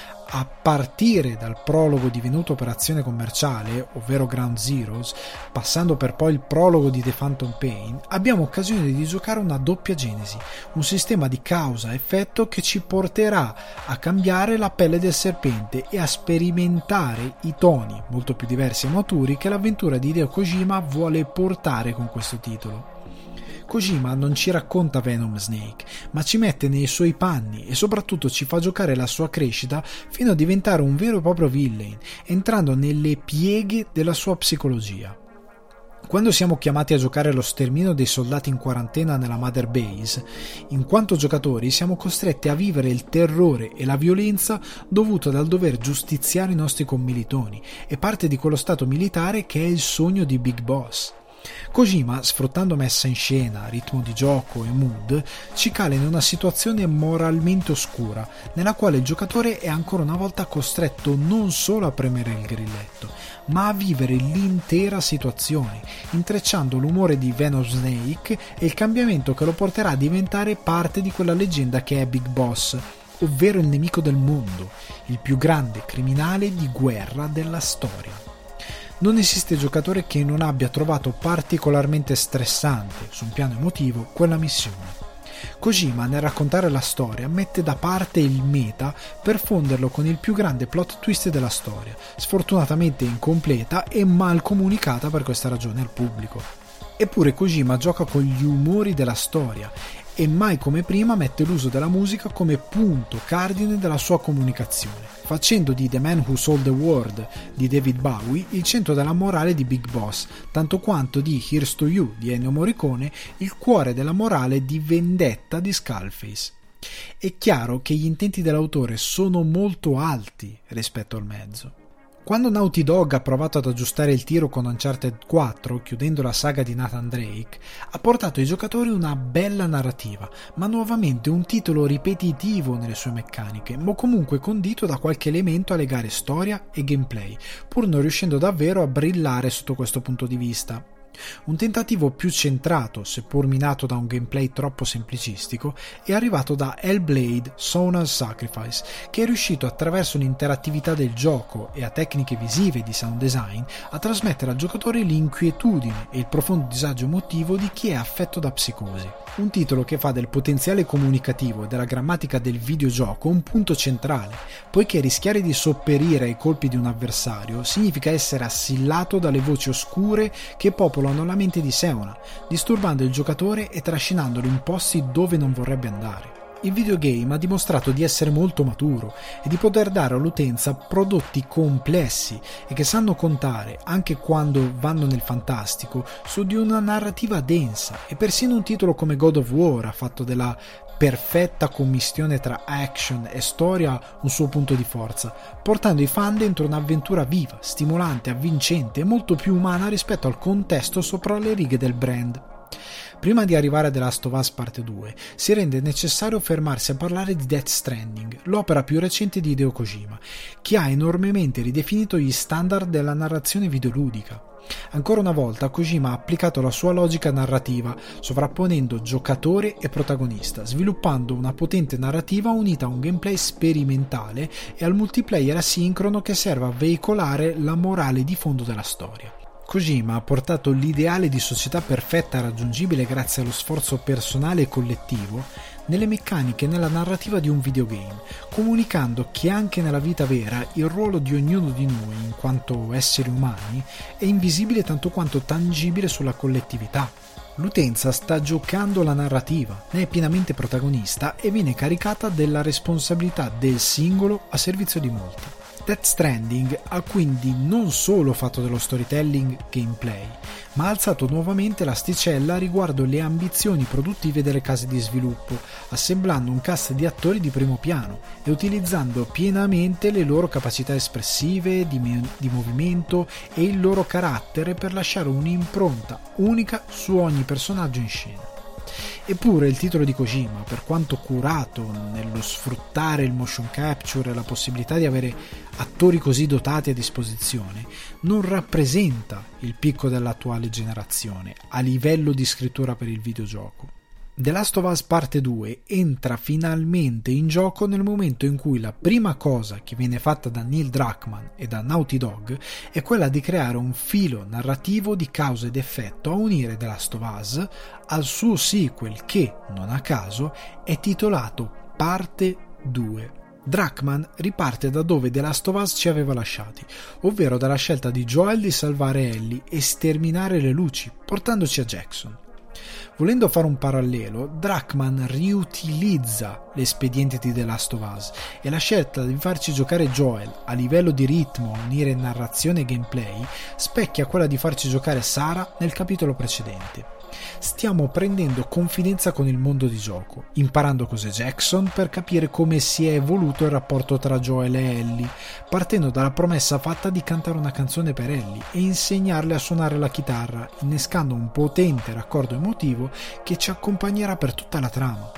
A partire dal prologo divenuto operazione commerciale, ovvero Ground Zeroes, passando per poi il prologo di The Phantom Pain, abbiamo occasione di giocare una doppia genesi, un sistema di causa-effetto che ci porterà a cambiare la pelle del serpente e a sperimentare i toni molto più diversi e maturi che l'avventura di Hideo Kojima vuole portare con questo titolo. Kojima non ci racconta Venom Snake, ma ci mette nei suoi panni e soprattutto ci fa giocare la sua crescita fino a diventare un vero e proprio villain, entrando nelle pieghe della sua psicologia. Quando siamo chiamati a giocare lo sterminio dei soldati in quarantena nella Mother Base, in quanto giocatori siamo costretti a vivere il terrore e la violenza dovuto dal dover giustiziare i nostri commilitoni e parte di quello stato militare che è il sogno di Big Boss. Kojima, sfruttando messa in scena, ritmo di gioco e mood, ci cala in una situazione moralmente oscura, nella quale il giocatore è ancora una volta costretto non solo a premere il grilletto, ma a vivere l'intera situazione, intrecciando l'umore di Venom Snake e il cambiamento che lo porterà a diventare parte di quella leggenda che è Big Boss, ovvero il nemico del mondo, il più grande criminale di guerra della storia. Non esiste giocatore che non abbia trovato particolarmente stressante, su un piano emotivo, quella missione. Kojima, nel raccontare la storia, mette da parte il meta per fonderlo con il più grande plot twist della storia, sfortunatamente incompleta e mal comunicata per questa ragione al pubblico. Eppure Kojima gioca con gli umori della storia e mai come prima mette l'uso della musica come punto cardine della sua comunicazione, facendo di The Man Who Sold the World di David Bowie il centro della morale di Big Boss, tanto quanto di Here's to You di Ennio Morricone il cuore della morale di Vendetta di Skullface. È chiaro che gli intenti dell'autore sono molto alti rispetto al mezzo. Quando Naughty Dog ha provato ad aggiustare il tiro con Uncharted quattro, chiudendo la saga di Nathan Drake, ha portato ai giocatori una bella narrativa, ma nuovamente un titolo ripetitivo nelle sue meccaniche, ma comunque condito da qualche elemento a legare storia e gameplay, pur non riuscendo davvero a brillare sotto questo punto di vista. Un tentativo più centrato, seppur minato da un gameplay troppo semplicistico, è arrivato da Hellblade: Sona's Sacrifice, che è riuscito attraverso l'interattività del gioco e a tecniche visive di sound design a trasmettere al giocatore l'inquietudine e il profondo disagio emotivo di chi è affetto da psicosi. Un titolo che fa del potenziale comunicativo e della grammatica del videogioco un punto centrale, poiché rischiare di sopperire ai colpi di un avversario significa essere assillato dalle voci oscure che popolano la mente di Seona, disturbando il giocatore e trascinandolo in posti dove non vorrebbe andare. Il videogame ha dimostrato di essere molto maturo e di poter dare all'utenza prodotti complessi e che sanno contare, anche quando vanno nel fantastico, su di una narrativa densa, e persino un titolo come God of War ha fatto della perfetta commistione tra action e storia un suo punto di forza, portando i fan dentro un'avventura viva, stimolante, avvincente e molto più umana rispetto al contesto sopra le righe del brand. Prima di arrivare a The Last of Us Parte due, si rende necessario fermarsi a parlare di Death Stranding, l'opera più recente di Hideo Kojima, che ha enormemente ridefinito gli standard della narrazione videoludica. Ancora una volta Kojima ha applicato la sua logica narrativa, sovrapponendo giocatore e protagonista, sviluppando una potente narrativa unita a un gameplay sperimentale e al multiplayer asincrono che serve a veicolare la morale di fondo della storia. Kojima ha portato l'ideale di società perfetta raggiungibile grazie allo sforzo personale e collettivo nelle meccaniche e nella narrativa di un videogame, comunicando che anche nella vita vera il ruolo di ognuno di noi, in quanto esseri umani, è invisibile tanto quanto tangibile sulla collettività. L'utenza sta giocando la narrativa, ne è pienamente protagonista e viene caricata della responsabilità del singolo a servizio di molti. Death Stranding ha quindi non solo fatto dello storytelling gameplay, ma ha alzato nuovamente l'asticella riguardo le ambizioni produttive delle case di sviluppo, assemblando un cast di attori di primo piano e utilizzando pienamente le loro capacità espressive, di, me- di movimento e il loro carattere per lasciare un'impronta unica su ogni personaggio in scena. Eppure il titolo di Kojima, per quanto curato nello sfruttare il motion capture e la possibilità di avere attori così dotati a disposizione, non rappresenta il picco dell'attuale generazione a livello di scrittura per il videogioco. The Last of Us Parte due entra finalmente in gioco nel momento in cui la prima cosa che viene fatta da Neil Druckmann e da Naughty Dog è quella di creare un filo narrativo di causa ed effetto a unire The Last of Us al suo sequel che, non a caso, è titolato Parte due. Druckmann riparte da dove The Last of Us ci aveva lasciati, ovvero dalla scelta di Joel di salvare Ellie e sterminare le luci, portandoci a Jackson. Volendo fare un parallelo, Druckmann riutilizza l'espediente di The Last of Us e la scelta di farci giocare Joel a livello di ritmo, unire narrazione e gameplay, specchia quella di farci giocare Sarah nel capitolo precedente. Stiamo prendendo confidenza con il mondo di gioco, imparando cos'è Jackson per capire come si è evoluto il rapporto tra Joel e Ellie, partendo dalla promessa fatta di cantare una canzone per Ellie e insegnarle a suonare la chitarra, innescando un potente raccordo emotivo che ci accompagnerà per tutta la trama.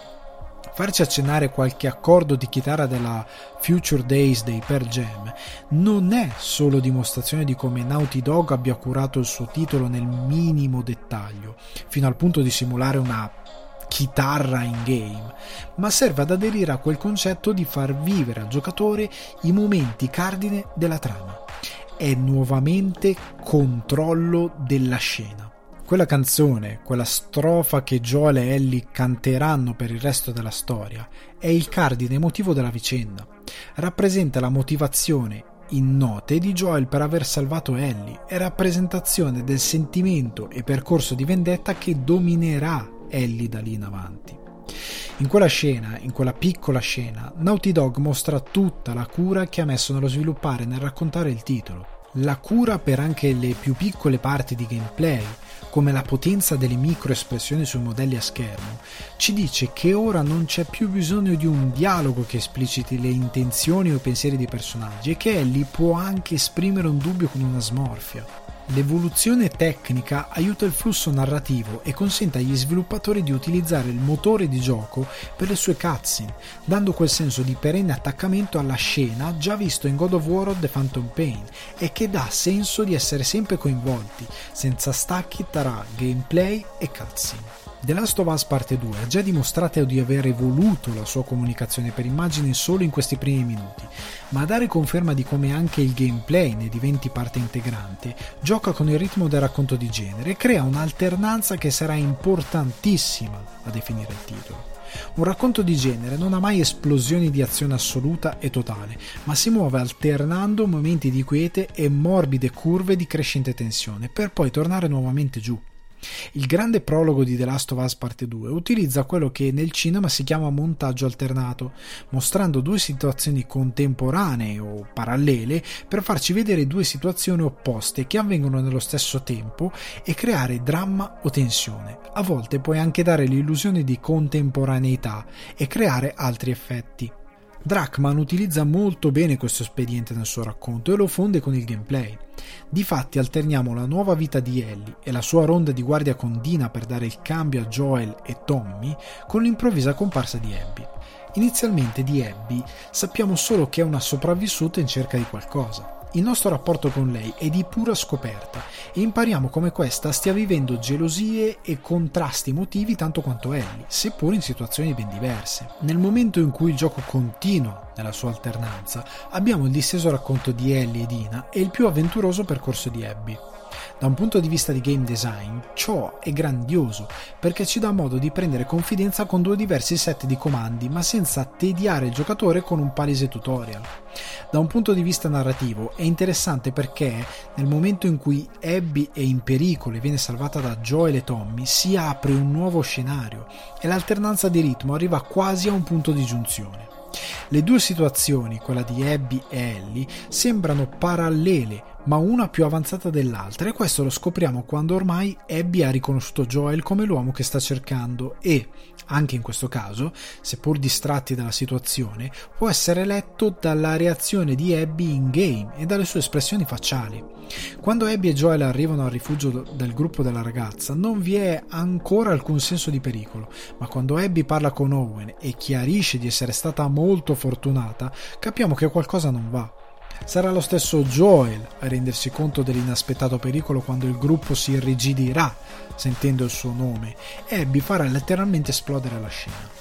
Farci accennare qualche accordo di chitarra della Future Days dei Pearl Jam non è solo dimostrazione di come Naughty Dog abbia curato il suo titolo nel minimo dettaglio, fino al punto di simulare una chitarra in game, ma serve ad aderire a quel concetto di far vivere al giocatore i momenti cardine della trama. È nuovamente controllo della scena. Quella canzone, quella strofa che Joel e Ellie canteranno per il resto della storia, è il cardine emotivo della vicenda. Rappresenta la motivazione in note di Joel per aver salvato Ellie e rappresentazione del sentimento e percorso di vendetta che dominerà Ellie da lì in avanti. In quella scena, in quella piccola scena, Naughty Dog mostra tutta la cura che ha messo nello sviluppare e nel raccontare il titolo. La cura per anche le più piccole parti di gameplay, come la potenza delle microespressioni sui modelli a schermo, ci dice che ora non c'è più bisogno di un dialogo che espliciti le intenzioni o i pensieri dei personaggi e che Ellie può anche esprimere un dubbio con una smorfia. L'evoluzione tecnica aiuta il flusso narrativo e consente agli sviluppatori di utilizzare il motore di gioco per le sue cutscene, dando quel senso di perenne attaccamento alla scena già visto in God of War The Phantom Pain e che dà senso di essere sempre coinvolti, senza stacchi tra gameplay e cutscene. The Last of Us Parte due ha già dimostrato di aver evoluto la sua comunicazione per immagini solo in questi primi minuti, ma a dare conferma di come anche il gameplay ne diventi parte integrante, gioca con il ritmo del racconto di genere e crea un'alternanza che sarà importantissima a definire il titolo. Un racconto di genere non ha mai esplosioni di azione assoluta e totale, ma si muove alternando momenti di quiete e morbide curve di crescente tensione, per poi tornare nuovamente giù. Il grande prologo di The Last of Us Parte due utilizza quello che nel cinema si chiama montaggio alternato, mostrando due situazioni contemporanee o parallele per farci vedere due situazioni opposte che avvengono nello stesso tempo e creare dramma o tensione. A volte puoi anche dare l'illusione di contemporaneità e creare altri effetti. Druckmann utilizza molto bene questo espediente nel suo racconto e lo fonde con il gameplay. Difatti alterniamo la nuova vita di Ellie e la sua ronda di guardia con Dina per dare il cambio a Joel e Tommy con l'improvvisa comparsa di Abby. Inizialmente di Abby sappiamo solo che è una sopravvissuta in cerca di qualcosa. Il nostro rapporto con lei è di pura scoperta e impariamo come questa stia vivendo gelosie e contrasti emotivi tanto quanto Ellie, seppur in situazioni ben diverse. Nel momento in cui il gioco continua nella sua alternanza, abbiamo il disteso racconto di Ellie e Dina e il più avventuroso percorso di Abby. Da un punto di vista di game design, ciò è grandioso perché ci dà modo di prendere confidenza con due diversi set di comandi, ma senza tediare il giocatore con un palese tutorial. Da un punto di vista narrativo è interessante perché nel momento in cui Abby è in pericolo e viene salvata da Joel e Tommy, si apre un nuovo scenario e l'alternanza di ritmo arriva quasi a un punto di giunzione. Le due situazioni, quella di Abby e Ellie, sembrano parallele, ma una più avanzata dell'altra, e questo lo scopriamo quando ormai Abby ha riconosciuto Joel come l'uomo che sta cercando e, anche in questo caso, seppur distratti dalla situazione, può essere letto dalla reazione di Abby in game e dalle sue espressioni facciali. Quando Abby e Joel arrivano al rifugio del gruppo della ragazza non vi è ancora alcun senso di pericolo, ma quando Abby parla con Owen e chiarisce di essere stata molto fortunata, capiamo che qualcosa non va. Sarà lo stesso Joel a rendersi conto dell'inaspettato pericolo quando il gruppo si irrigidirà sentendo il suo nome e Abby farà letteralmente esplodere la scena.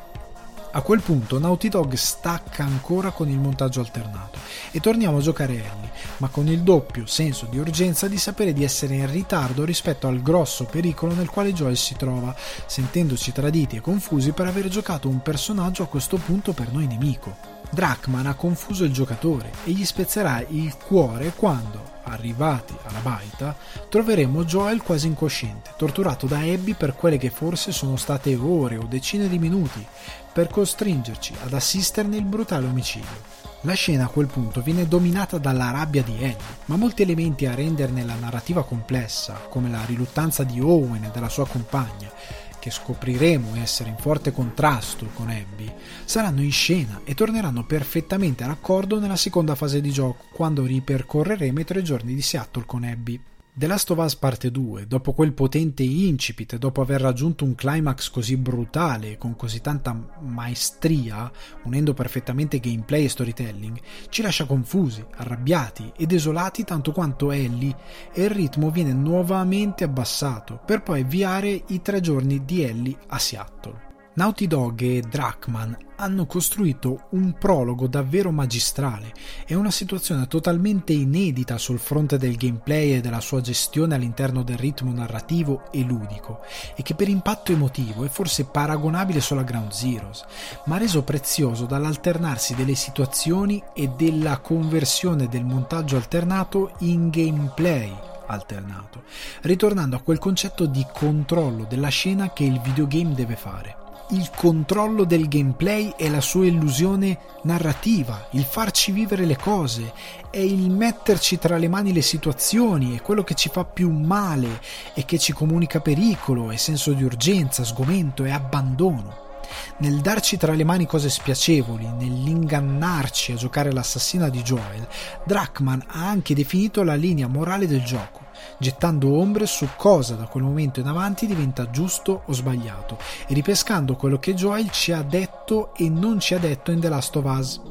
A quel punto Naughty Dog stacca ancora con il montaggio alternato e torniamo a giocare Ellie, ma con il doppio senso di urgenza di sapere di essere in ritardo rispetto al grosso pericolo nel quale Joel si trova, sentendoci traditi e confusi per aver giocato un personaggio a questo punto per noi nemico. Druckmann ha confuso il giocatore e gli spezzerà il cuore quando, arrivati alla baita, troveremo Joel quasi incosciente, torturato da Abby per quelle che forse sono state ore o decine di minuti, per costringerci ad assisterne il brutale omicidio. La scena a quel punto viene dominata dalla rabbia di Ellie, ma molti elementi a renderne la narrativa complessa, come la riluttanza di Owen e della sua compagna, che scopriremo essere in forte contrasto con Abby, saranno in scena e torneranno perfettamente a raccordo nella seconda fase di gioco, quando ripercorreremo i tre giorni di Seattle con Abby. The Last of Us Parte due, dopo quel potente incipit, dopo aver raggiunto un climax così brutale e con così tanta maestria, unendo perfettamente gameplay e storytelling, ci lascia confusi, arrabbiati e desolati tanto quanto Ellie, e il ritmo viene nuovamente abbassato per poi avviare i tre giorni di Ellie a Seattle. Naughty Dog e Druckmann hanno costruito un prologo davvero magistrale e una situazione totalmente inedita sul fronte del gameplay e della sua gestione all'interno del ritmo narrativo e ludico, e che per impatto emotivo è forse paragonabile solo a Ground Zeroes, ma reso prezioso dall'alternarsi delle situazioni e della conversione del montaggio alternato in gameplay alternato, ritornando a quel concetto di controllo della scena che il videogame deve fare. Il controllo del gameplay è la sua illusione narrativa, il farci vivere le cose, è il metterci tra le mani le situazioni, è quello che ci fa più male e che ci comunica pericolo e senso di urgenza, sgomento e abbandono. Nel darci tra le mani cose spiacevoli, nell'ingannarci a giocare l'assassina di Joel, Druckmann ha anche definito la linea morale del gioco, gettando ombre su cosa da quel momento in avanti diventa giusto o sbagliato e ripescando quello che Joel ci ha detto e non ci ha detto in The Last of Us.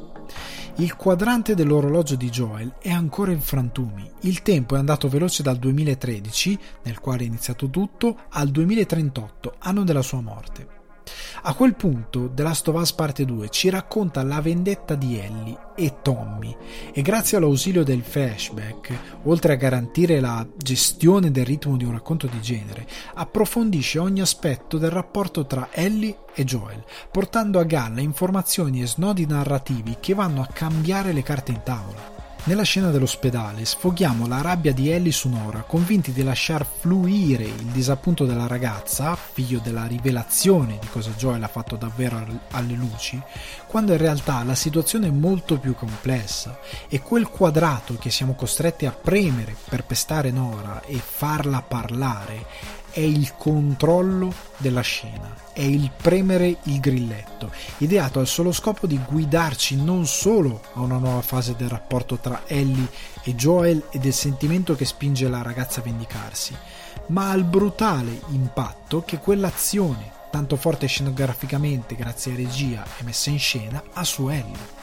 Il quadrante dell'orologio di Joel è ancora in frantumi, il tempo è andato veloce dal duemilatredici, nel quale è iniziato tutto, al duemilatrentotto, anno della sua morte. A quel punto The Last of Us Parte due ci racconta la vendetta di Ellie e Tommy e grazie all'ausilio del flashback, oltre a garantire la gestione del ritmo di un racconto di genere, approfondisce ogni aspetto del rapporto tra Ellie e Joel, portando a galla informazioni e snodi narrativi che vanno a cambiare le carte in tavola. Nella scena dell'ospedale sfoghiamo la rabbia di Ellie su Nora, convinti di lasciar fluire il disappunto della ragazza, figlio della rivelazione di cosa Joel ha fatto davvero alle luci, quando in realtà la situazione è molto più complessa e quel quadrato che siamo costretti a premere per pestare Nora e farla parlare è il controllo della scena, è il premere il grilletto, ideato al solo scopo di guidarci non solo a una nuova fase del rapporto tra Ellie e Joel e del sentimento che spinge la ragazza a vendicarsi, ma al brutale impatto che quell'azione, tanto forte scenograficamente grazie a regia e messa in scena, ha su Ellie.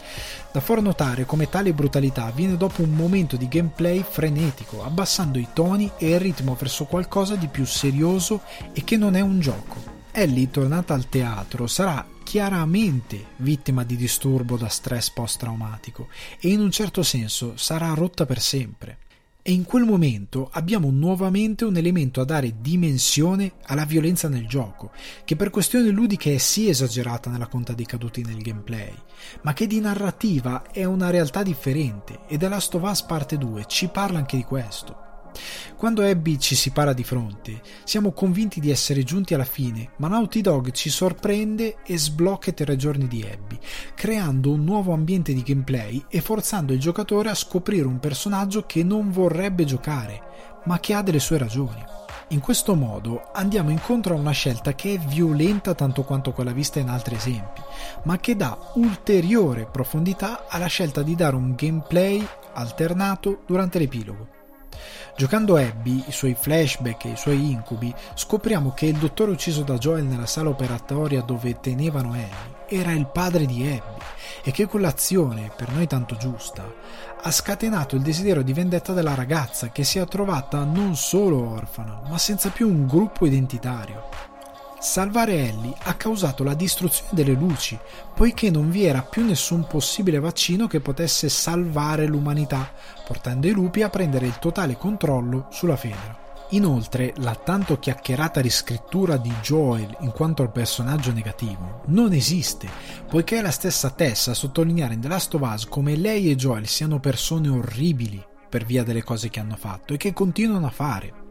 Da far notare come tale brutalità avviene dopo un momento di gameplay frenetico, abbassando i toni e il ritmo verso qualcosa di più serioso e che non è un gioco. Ellie, tornata al teatro, sarà chiaramente vittima di disturbo da stress post-traumatico e in un certo senso sarà rotta per sempre. E in quel momento abbiamo nuovamente un elemento a dare dimensione alla violenza nel gioco, che per questioni ludiche è sì esagerata nella conta dei caduti nel gameplay, ma che di narrativa è una realtà differente, e The Last of Us Parte due ci parla anche di questo. Quando Abby ci si para di fronte, siamo convinti di essere giunti alla fine, ma Naughty Dog ci sorprende e sblocca i tre giorni di Abby, creando un nuovo ambiente di gameplay e forzando il giocatore a scoprire un personaggio che non vorrebbe giocare, ma che ha delle sue ragioni. In questo modo andiamo incontro a una scelta che è violenta tanto quanto quella vista in altri esempi, ma che dà ulteriore profondità alla scelta di dare un gameplay alternato durante l'epilogo. Giocando Abby, i suoi flashback e i suoi incubi, scopriamo che il dottore ucciso da Joel nella sala operatoria dove tenevano Ellie era il padre di Abby e che quell'azione, per noi tanto giusta, ha scatenato il desiderio di vendetta della ragazza che si è trovata non solo orfana, ma senza più un gruppo identitario. Salvare Ellie ha causato la distruzione delle luci, poiché non vi era più nessun possibile vaccino che potesse salvare l'umanità, portando i lupi a prendere il totale controllo sulla febbre. Inoltre, la tanto chiacchierata riscrittura di Joel in quanto al personaggio negativo non esiste, poiché è la stessa Tess a sottolineare in The Last of Us come lei e Joel siano persone orribili per via delle cose che hanno fatto e che continuano a fare.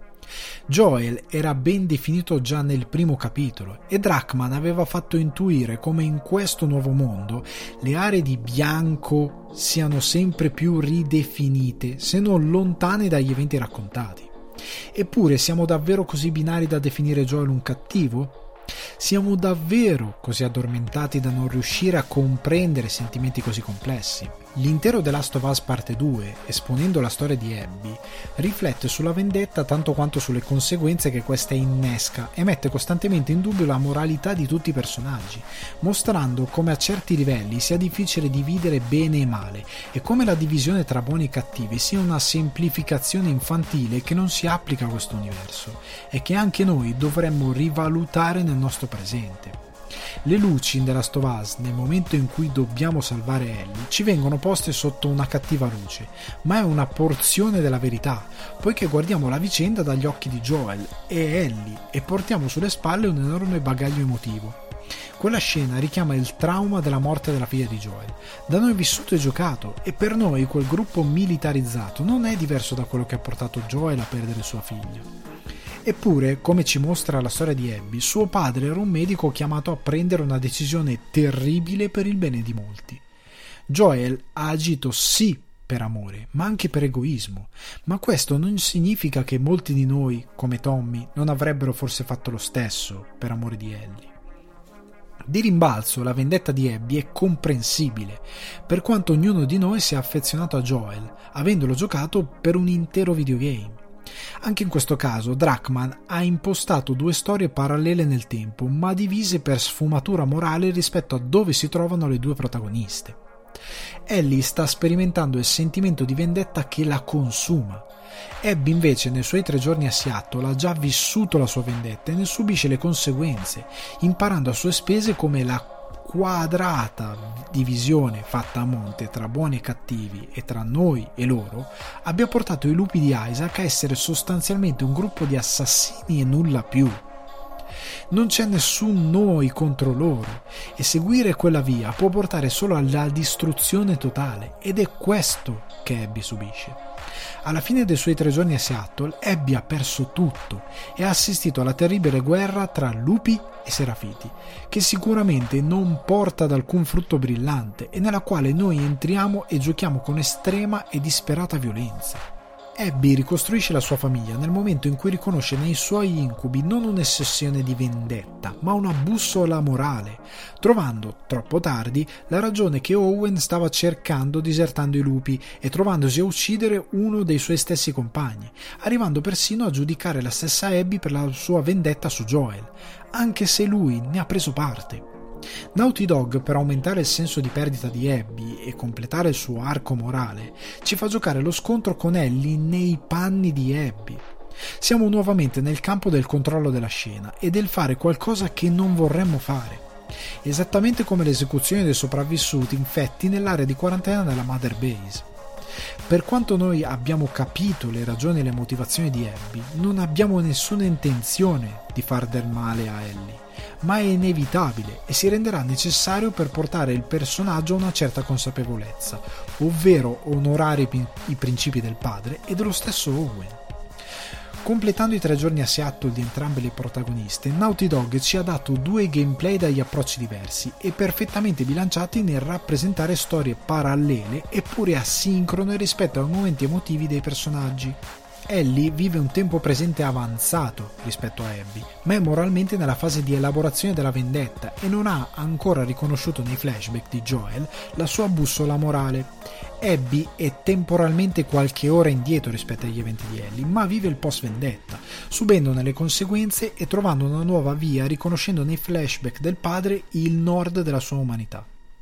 Joel era ben definito già nel primo capitolo e Druckmann aveva fatto intuire come in questo nuovo mondo le aree di bianco siano sempre più ridefinite, se non lontane dagli eventi raccontati. Eppure siamo davvero così binari da definire Joel un cattivo? Siamo davvero così addormentati da non riuscire a comprendere sentimenti così complessi? L'intero The Last of Us Parte due, esponendo la storia di Abby, riflette sulla vendetta tanto quanto sulle conseguenze che questa innesca e mette costantemente in dubbio la moralità di tutti i personaggi, mostrando come a certi livelli sia difficile dividere bene e male e come la divisione tra buoni e cattivi sia una semplificazione infantile che non si applica a questo universo e che anche noi dovremmo rivalutare nel nostro presente. Le luci in The Last of Us, nel momento in cui dobbiamo salvare Ellie, ci vengono poste sotto una cattiva luce, ma è una porzione della verità, poiché guardiamo la vicenda dagli occhi di Joel e Ellie e portiamo sulle spalle un enorme bagaglio emotivo. Quella scena richiama il trauma della morte della figlia di Joel, da noi vissuto e giocato, e per noi quel gruppo militarizzato non è diverso da quello che ha portato Joel a perdere sua figlia. Eppure, come ci mostra la storia di Abby, suo padre era un medico chiamato a prendere una decisione terribile per il bene di molti. Joel ha agito sì per amore, ma anche per egoismo, ma questo non significa che molti di noi, come Tommy, non avrebbero forse fatto lo stesso per amore di Ellie. Di rimbalzo, la vendetta di Abby è comprensibile, per quanto ognuno di noi sia affezionato a Joel, avendolo giocato per un intero videogame. Anche in questo caso Druckmann ha impostato due storie parallele nel tempo, ma divise per sfumatura morale rispetto a dove si trovano le due protagoniste. Ellie sta sperimentando il sentimento di vendetta che la consuma. Abby invece nei suoi tre giorni a Seattle ha già vissuto la sua vendetta e ne subisce le conseguenze, imparando a sue spese come la quadrata divisione fatta a monte tra buoni e cattivi e tra noi e loro abbia portato i lupi di Isaac a essere sostanzialmente un gruppo di assassini e nulla più. Non c'è nessun noi contro loro e seguire quella via può portare solo alla distruzione totale, ed è questo che Abby subisce. Alla fine dei suoi tre giorni a Seattle, Abby ha perso tutto e ha assistito alla terribile guerra tra lupi e serafiti, che sicuramente non porta ad alcun frutto brillante e nella quale noi entriamo e giochiamo con estrema e disperata violenza. Abby ricostruisce la sua famiglia nel momento in cui riconosce nei suoi incubi non un'ossessione di vendetta, ma una bussola morale, trovando, troppo tardi, la ragione che Owen stava cercando disertando i lupi e trovandosi a uccidere uno dei suoi stessi compagni, arrivando persino a giudicare la stessa Abby per la sua vendetta su Joel, anche se lui ne ha preso parte. Naughty Dog, per aumentare il senso di perdita di Abby e completare il suo arco morale, ci fa giocare lo scontro con Ellie nei panni di Abby. Siamo nuovamente nel campo del controllo della scena e del fare qualcosa che non vorremmo fare, esattamente come l'esecuzione dei sopravvissuti infetti nell'area di quarantena della Mother Base. Per quanto noi abbiamo capito le ragioni e le motivazioni di Abby, non abbiamo nessuna intenzione di far del male a Ellie, ma è inevitabile e si renderà necessario per portare il personaggio a una certa consapevolezza, ovvero onorare i, i principi del padre e dello stesso Owen. Completando i tre giorni a Seattle di entrambe le protagoniste, Naughty Dog ci ha dato due gameplay dagli approcci diversi e perfettamente bilanciati nel rappresentare storie parallele eppure asincrone rispetto ai momenti emotivi dei personaggi. Ellie vive un tempo presente avanzato rispetto a Abby, ma è moralmente nella fase di elaborazione della vendetta e non ha ancora riconosciuto nei flashback di Joel la sua bussola morale. Abby è temporalmente qualche ora indietro rispetto agli eventi di Ellie, ma vive il post vendetta, subendone le conseguenze e trovando una nuova via, riconoscendo nei flashback del padre il nord della sua umanità.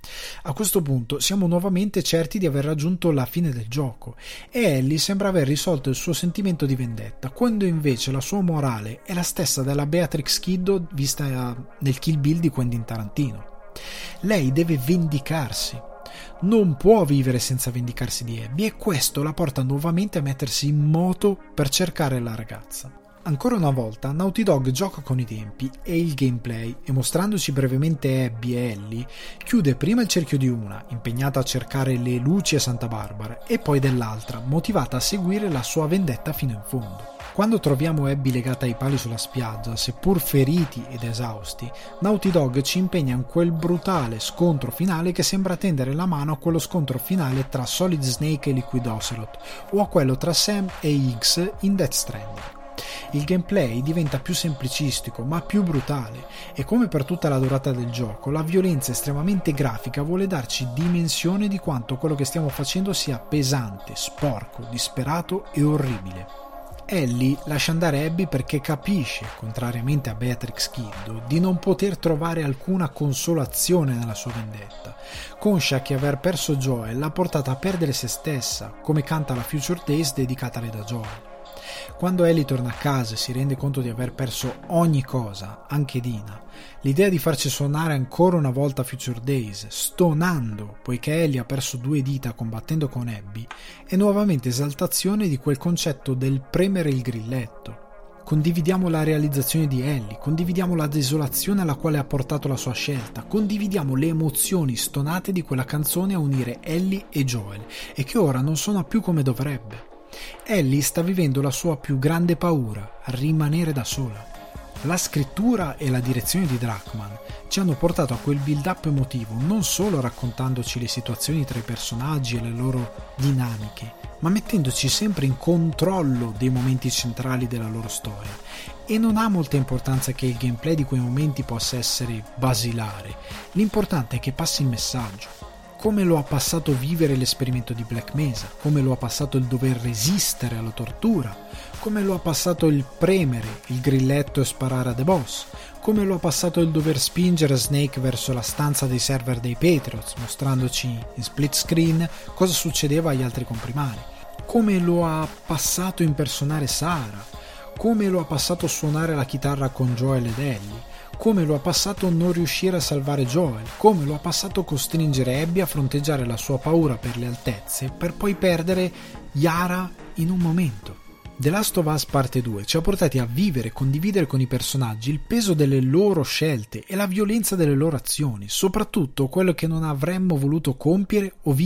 A questo punto siamo nuovamente certi di aver raggiunto la fine del gioco e Ellie sembra aver risolto il suo sentimento di vendetta, quando invece la sua morale è la stessa della Beatrix Kiddo vista nel Kill Bill di Quentin Tarantino. Lei deve vendicarsi, non può vivere senza vendicarsi di Abby e questo la porta nuovamente a mettersi in moto per cercare la ragazza. Ancora una volta Naughty Dog gioca con i tempi e il gameplay e mostrandoci brevemente Abby e Ellie chiude prima il cerchio di una, impegnata a cercare le luci a Santa Barbara, e poi dell'altra, motivata a seguire la sua vendetta fino in fondo. Quando troviamo Abby legata ai pali sulla spiaggia, seppur feriti ed esausti, Naughty Dog ci impegna in quel brutale scontro finale che sembra tendere la mano a quello scontro finale tra Solid Snake e Liquid Ocelot o a quello tra Sam e Higgs in Death Stranding. Il gameplay diventa più semplicistico ma più brutale e, come per tutta la durata del gioco, la violenza estremamente grafica vuole darci dimensione di quanto quello che stiamo facendo sia pesante, sporco, disperato e orribile. Ellie lascia andare Abby perché capisce, contrariamente a Beatrix Kiddo, di non poter trovare alcuna consolazione nella sua vendetta, conscia che aver perso Joel l'ha portata a perdere se stessa, come canta la Future Days dedicatale da Joel. Quando Ellie torna a casa e si rende conto di aver perso ogni cosa, anche Dina, l'idea di farci suonare ancora una volta Future Days, stonando poiché Ellie ha perso due dita combattendo con Abby, è nuovamente esaltazione di quel concetto del premere il grilletto. Condividiamo la realizzazione di Ellie, condividiamo la desolazione alla quale ha portato la sua scelta, condividiamo le emozioni stonate di quella canzone a unire Ellie e Joel e che ora non sono più come dovrebbe. Ellie sta vivendo la sua più grande paura, rimanere da sola. La scrittura e la direzione di Druckmann ci hanno portato a quel build-up emotivo non solo raccontandoci le situazioni tra i personaggi e le loro dinamiche, ma mettendoci sempre in controllo dei momenti centrali della loro storia. E non ha molta importanza che il gameplay di quei momenti possa essere basilare, l'importante è che passi il messaggio. Come lo ha passato vivere l'esperimento di Black Mesa, come lo ha passato il dover resistere alla tortura, come lo ha passato il premere il grilletto e sparare a The Boss, come lo ha passato il dover spingere Snake verso la stanza dei server dei Patriots, mostrandoci in split screen cosa succedeva agli altri comprimari, come lo ha passato impersonare Sarah, come lo ha passato suonare la chitarra con Joel ed Ellie, come lo ha passato non riuscire a salvare Joel, come lo ha passato costringere Abby a fronteggiare la sua paura per le altezze per poi perdere Yara in un momento. The Last of Us Parte due ci ha portati a vivere e condividere con i personaggi il peso delle loro scelte e la violenza delle loro azioni, soprattutto quello che non avremmo voluto compiere o vivere.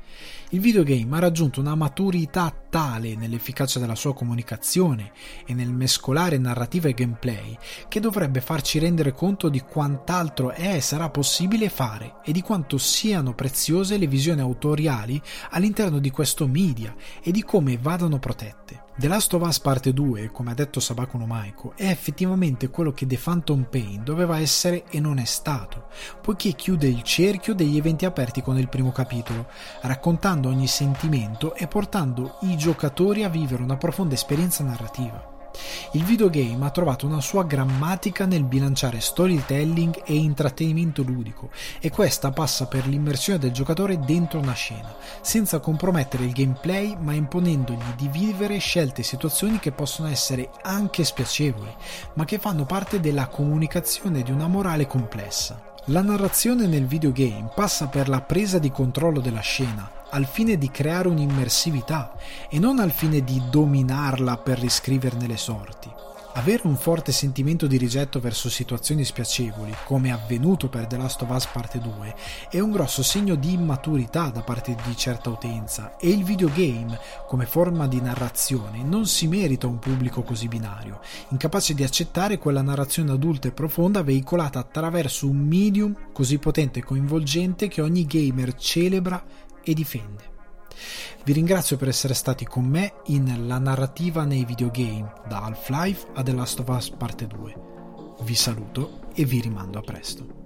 Il videogame ha raggiunto una maturità tale nell'efficacia della sua comunicazione e nel mescolare narrativa e gameplay che dovrebbe farci rendere conto di quant'altro è e sarà possibile fare e di quanto siano preziose le visioni autoriali all'interno di questo media e di come vadano protette. The Last of Us Parte due, come ha detto Sabaku no Maiko, è effettivamente quello che The Phantom Pain doveva essere e non è stato, poiché chiude il cerchio degli eventi aperti con il primo capitolo, raccontando ogni sentimento e portando i giocatori a vivere una profonda esperienza narrativa. Il videogame ha trovato una sua grammatica nel bilanciare storytelling e intrattenimento ludico, e questa passa per l'immersione del giocatore dentro una scena, senza compromettere il gameplay ma imponendogli di vivere scelte e situazioni che possono essere anche spiacevoli, ma che fanno parte della comunicazione di una morale complessa. La narrazione nel videogame passa per la presa di controllo della scena, al fine di creare un'immersività e non al fine di dominarla per riscriverne le sorti. Avere un forte sentimento di rigetto verso situazioni spiacevoli, come è avvenuto per The Last of Us Parte due, è un grosso segno di immaturità da parte di certa utenza, e il videogame, come forma di narrazione, non si merita un pubblico così binario, incapace di accettare quella narrazione adulta e profonda veicolata attraverso un medium così potente e coinvolgente che ogni gamer celebra e difende. Vi ringrazio per essere stati con me in La narrativa nei videogame, da Half-Life a The Last of Us Parte due. Vi saluto e vi rimando a presto.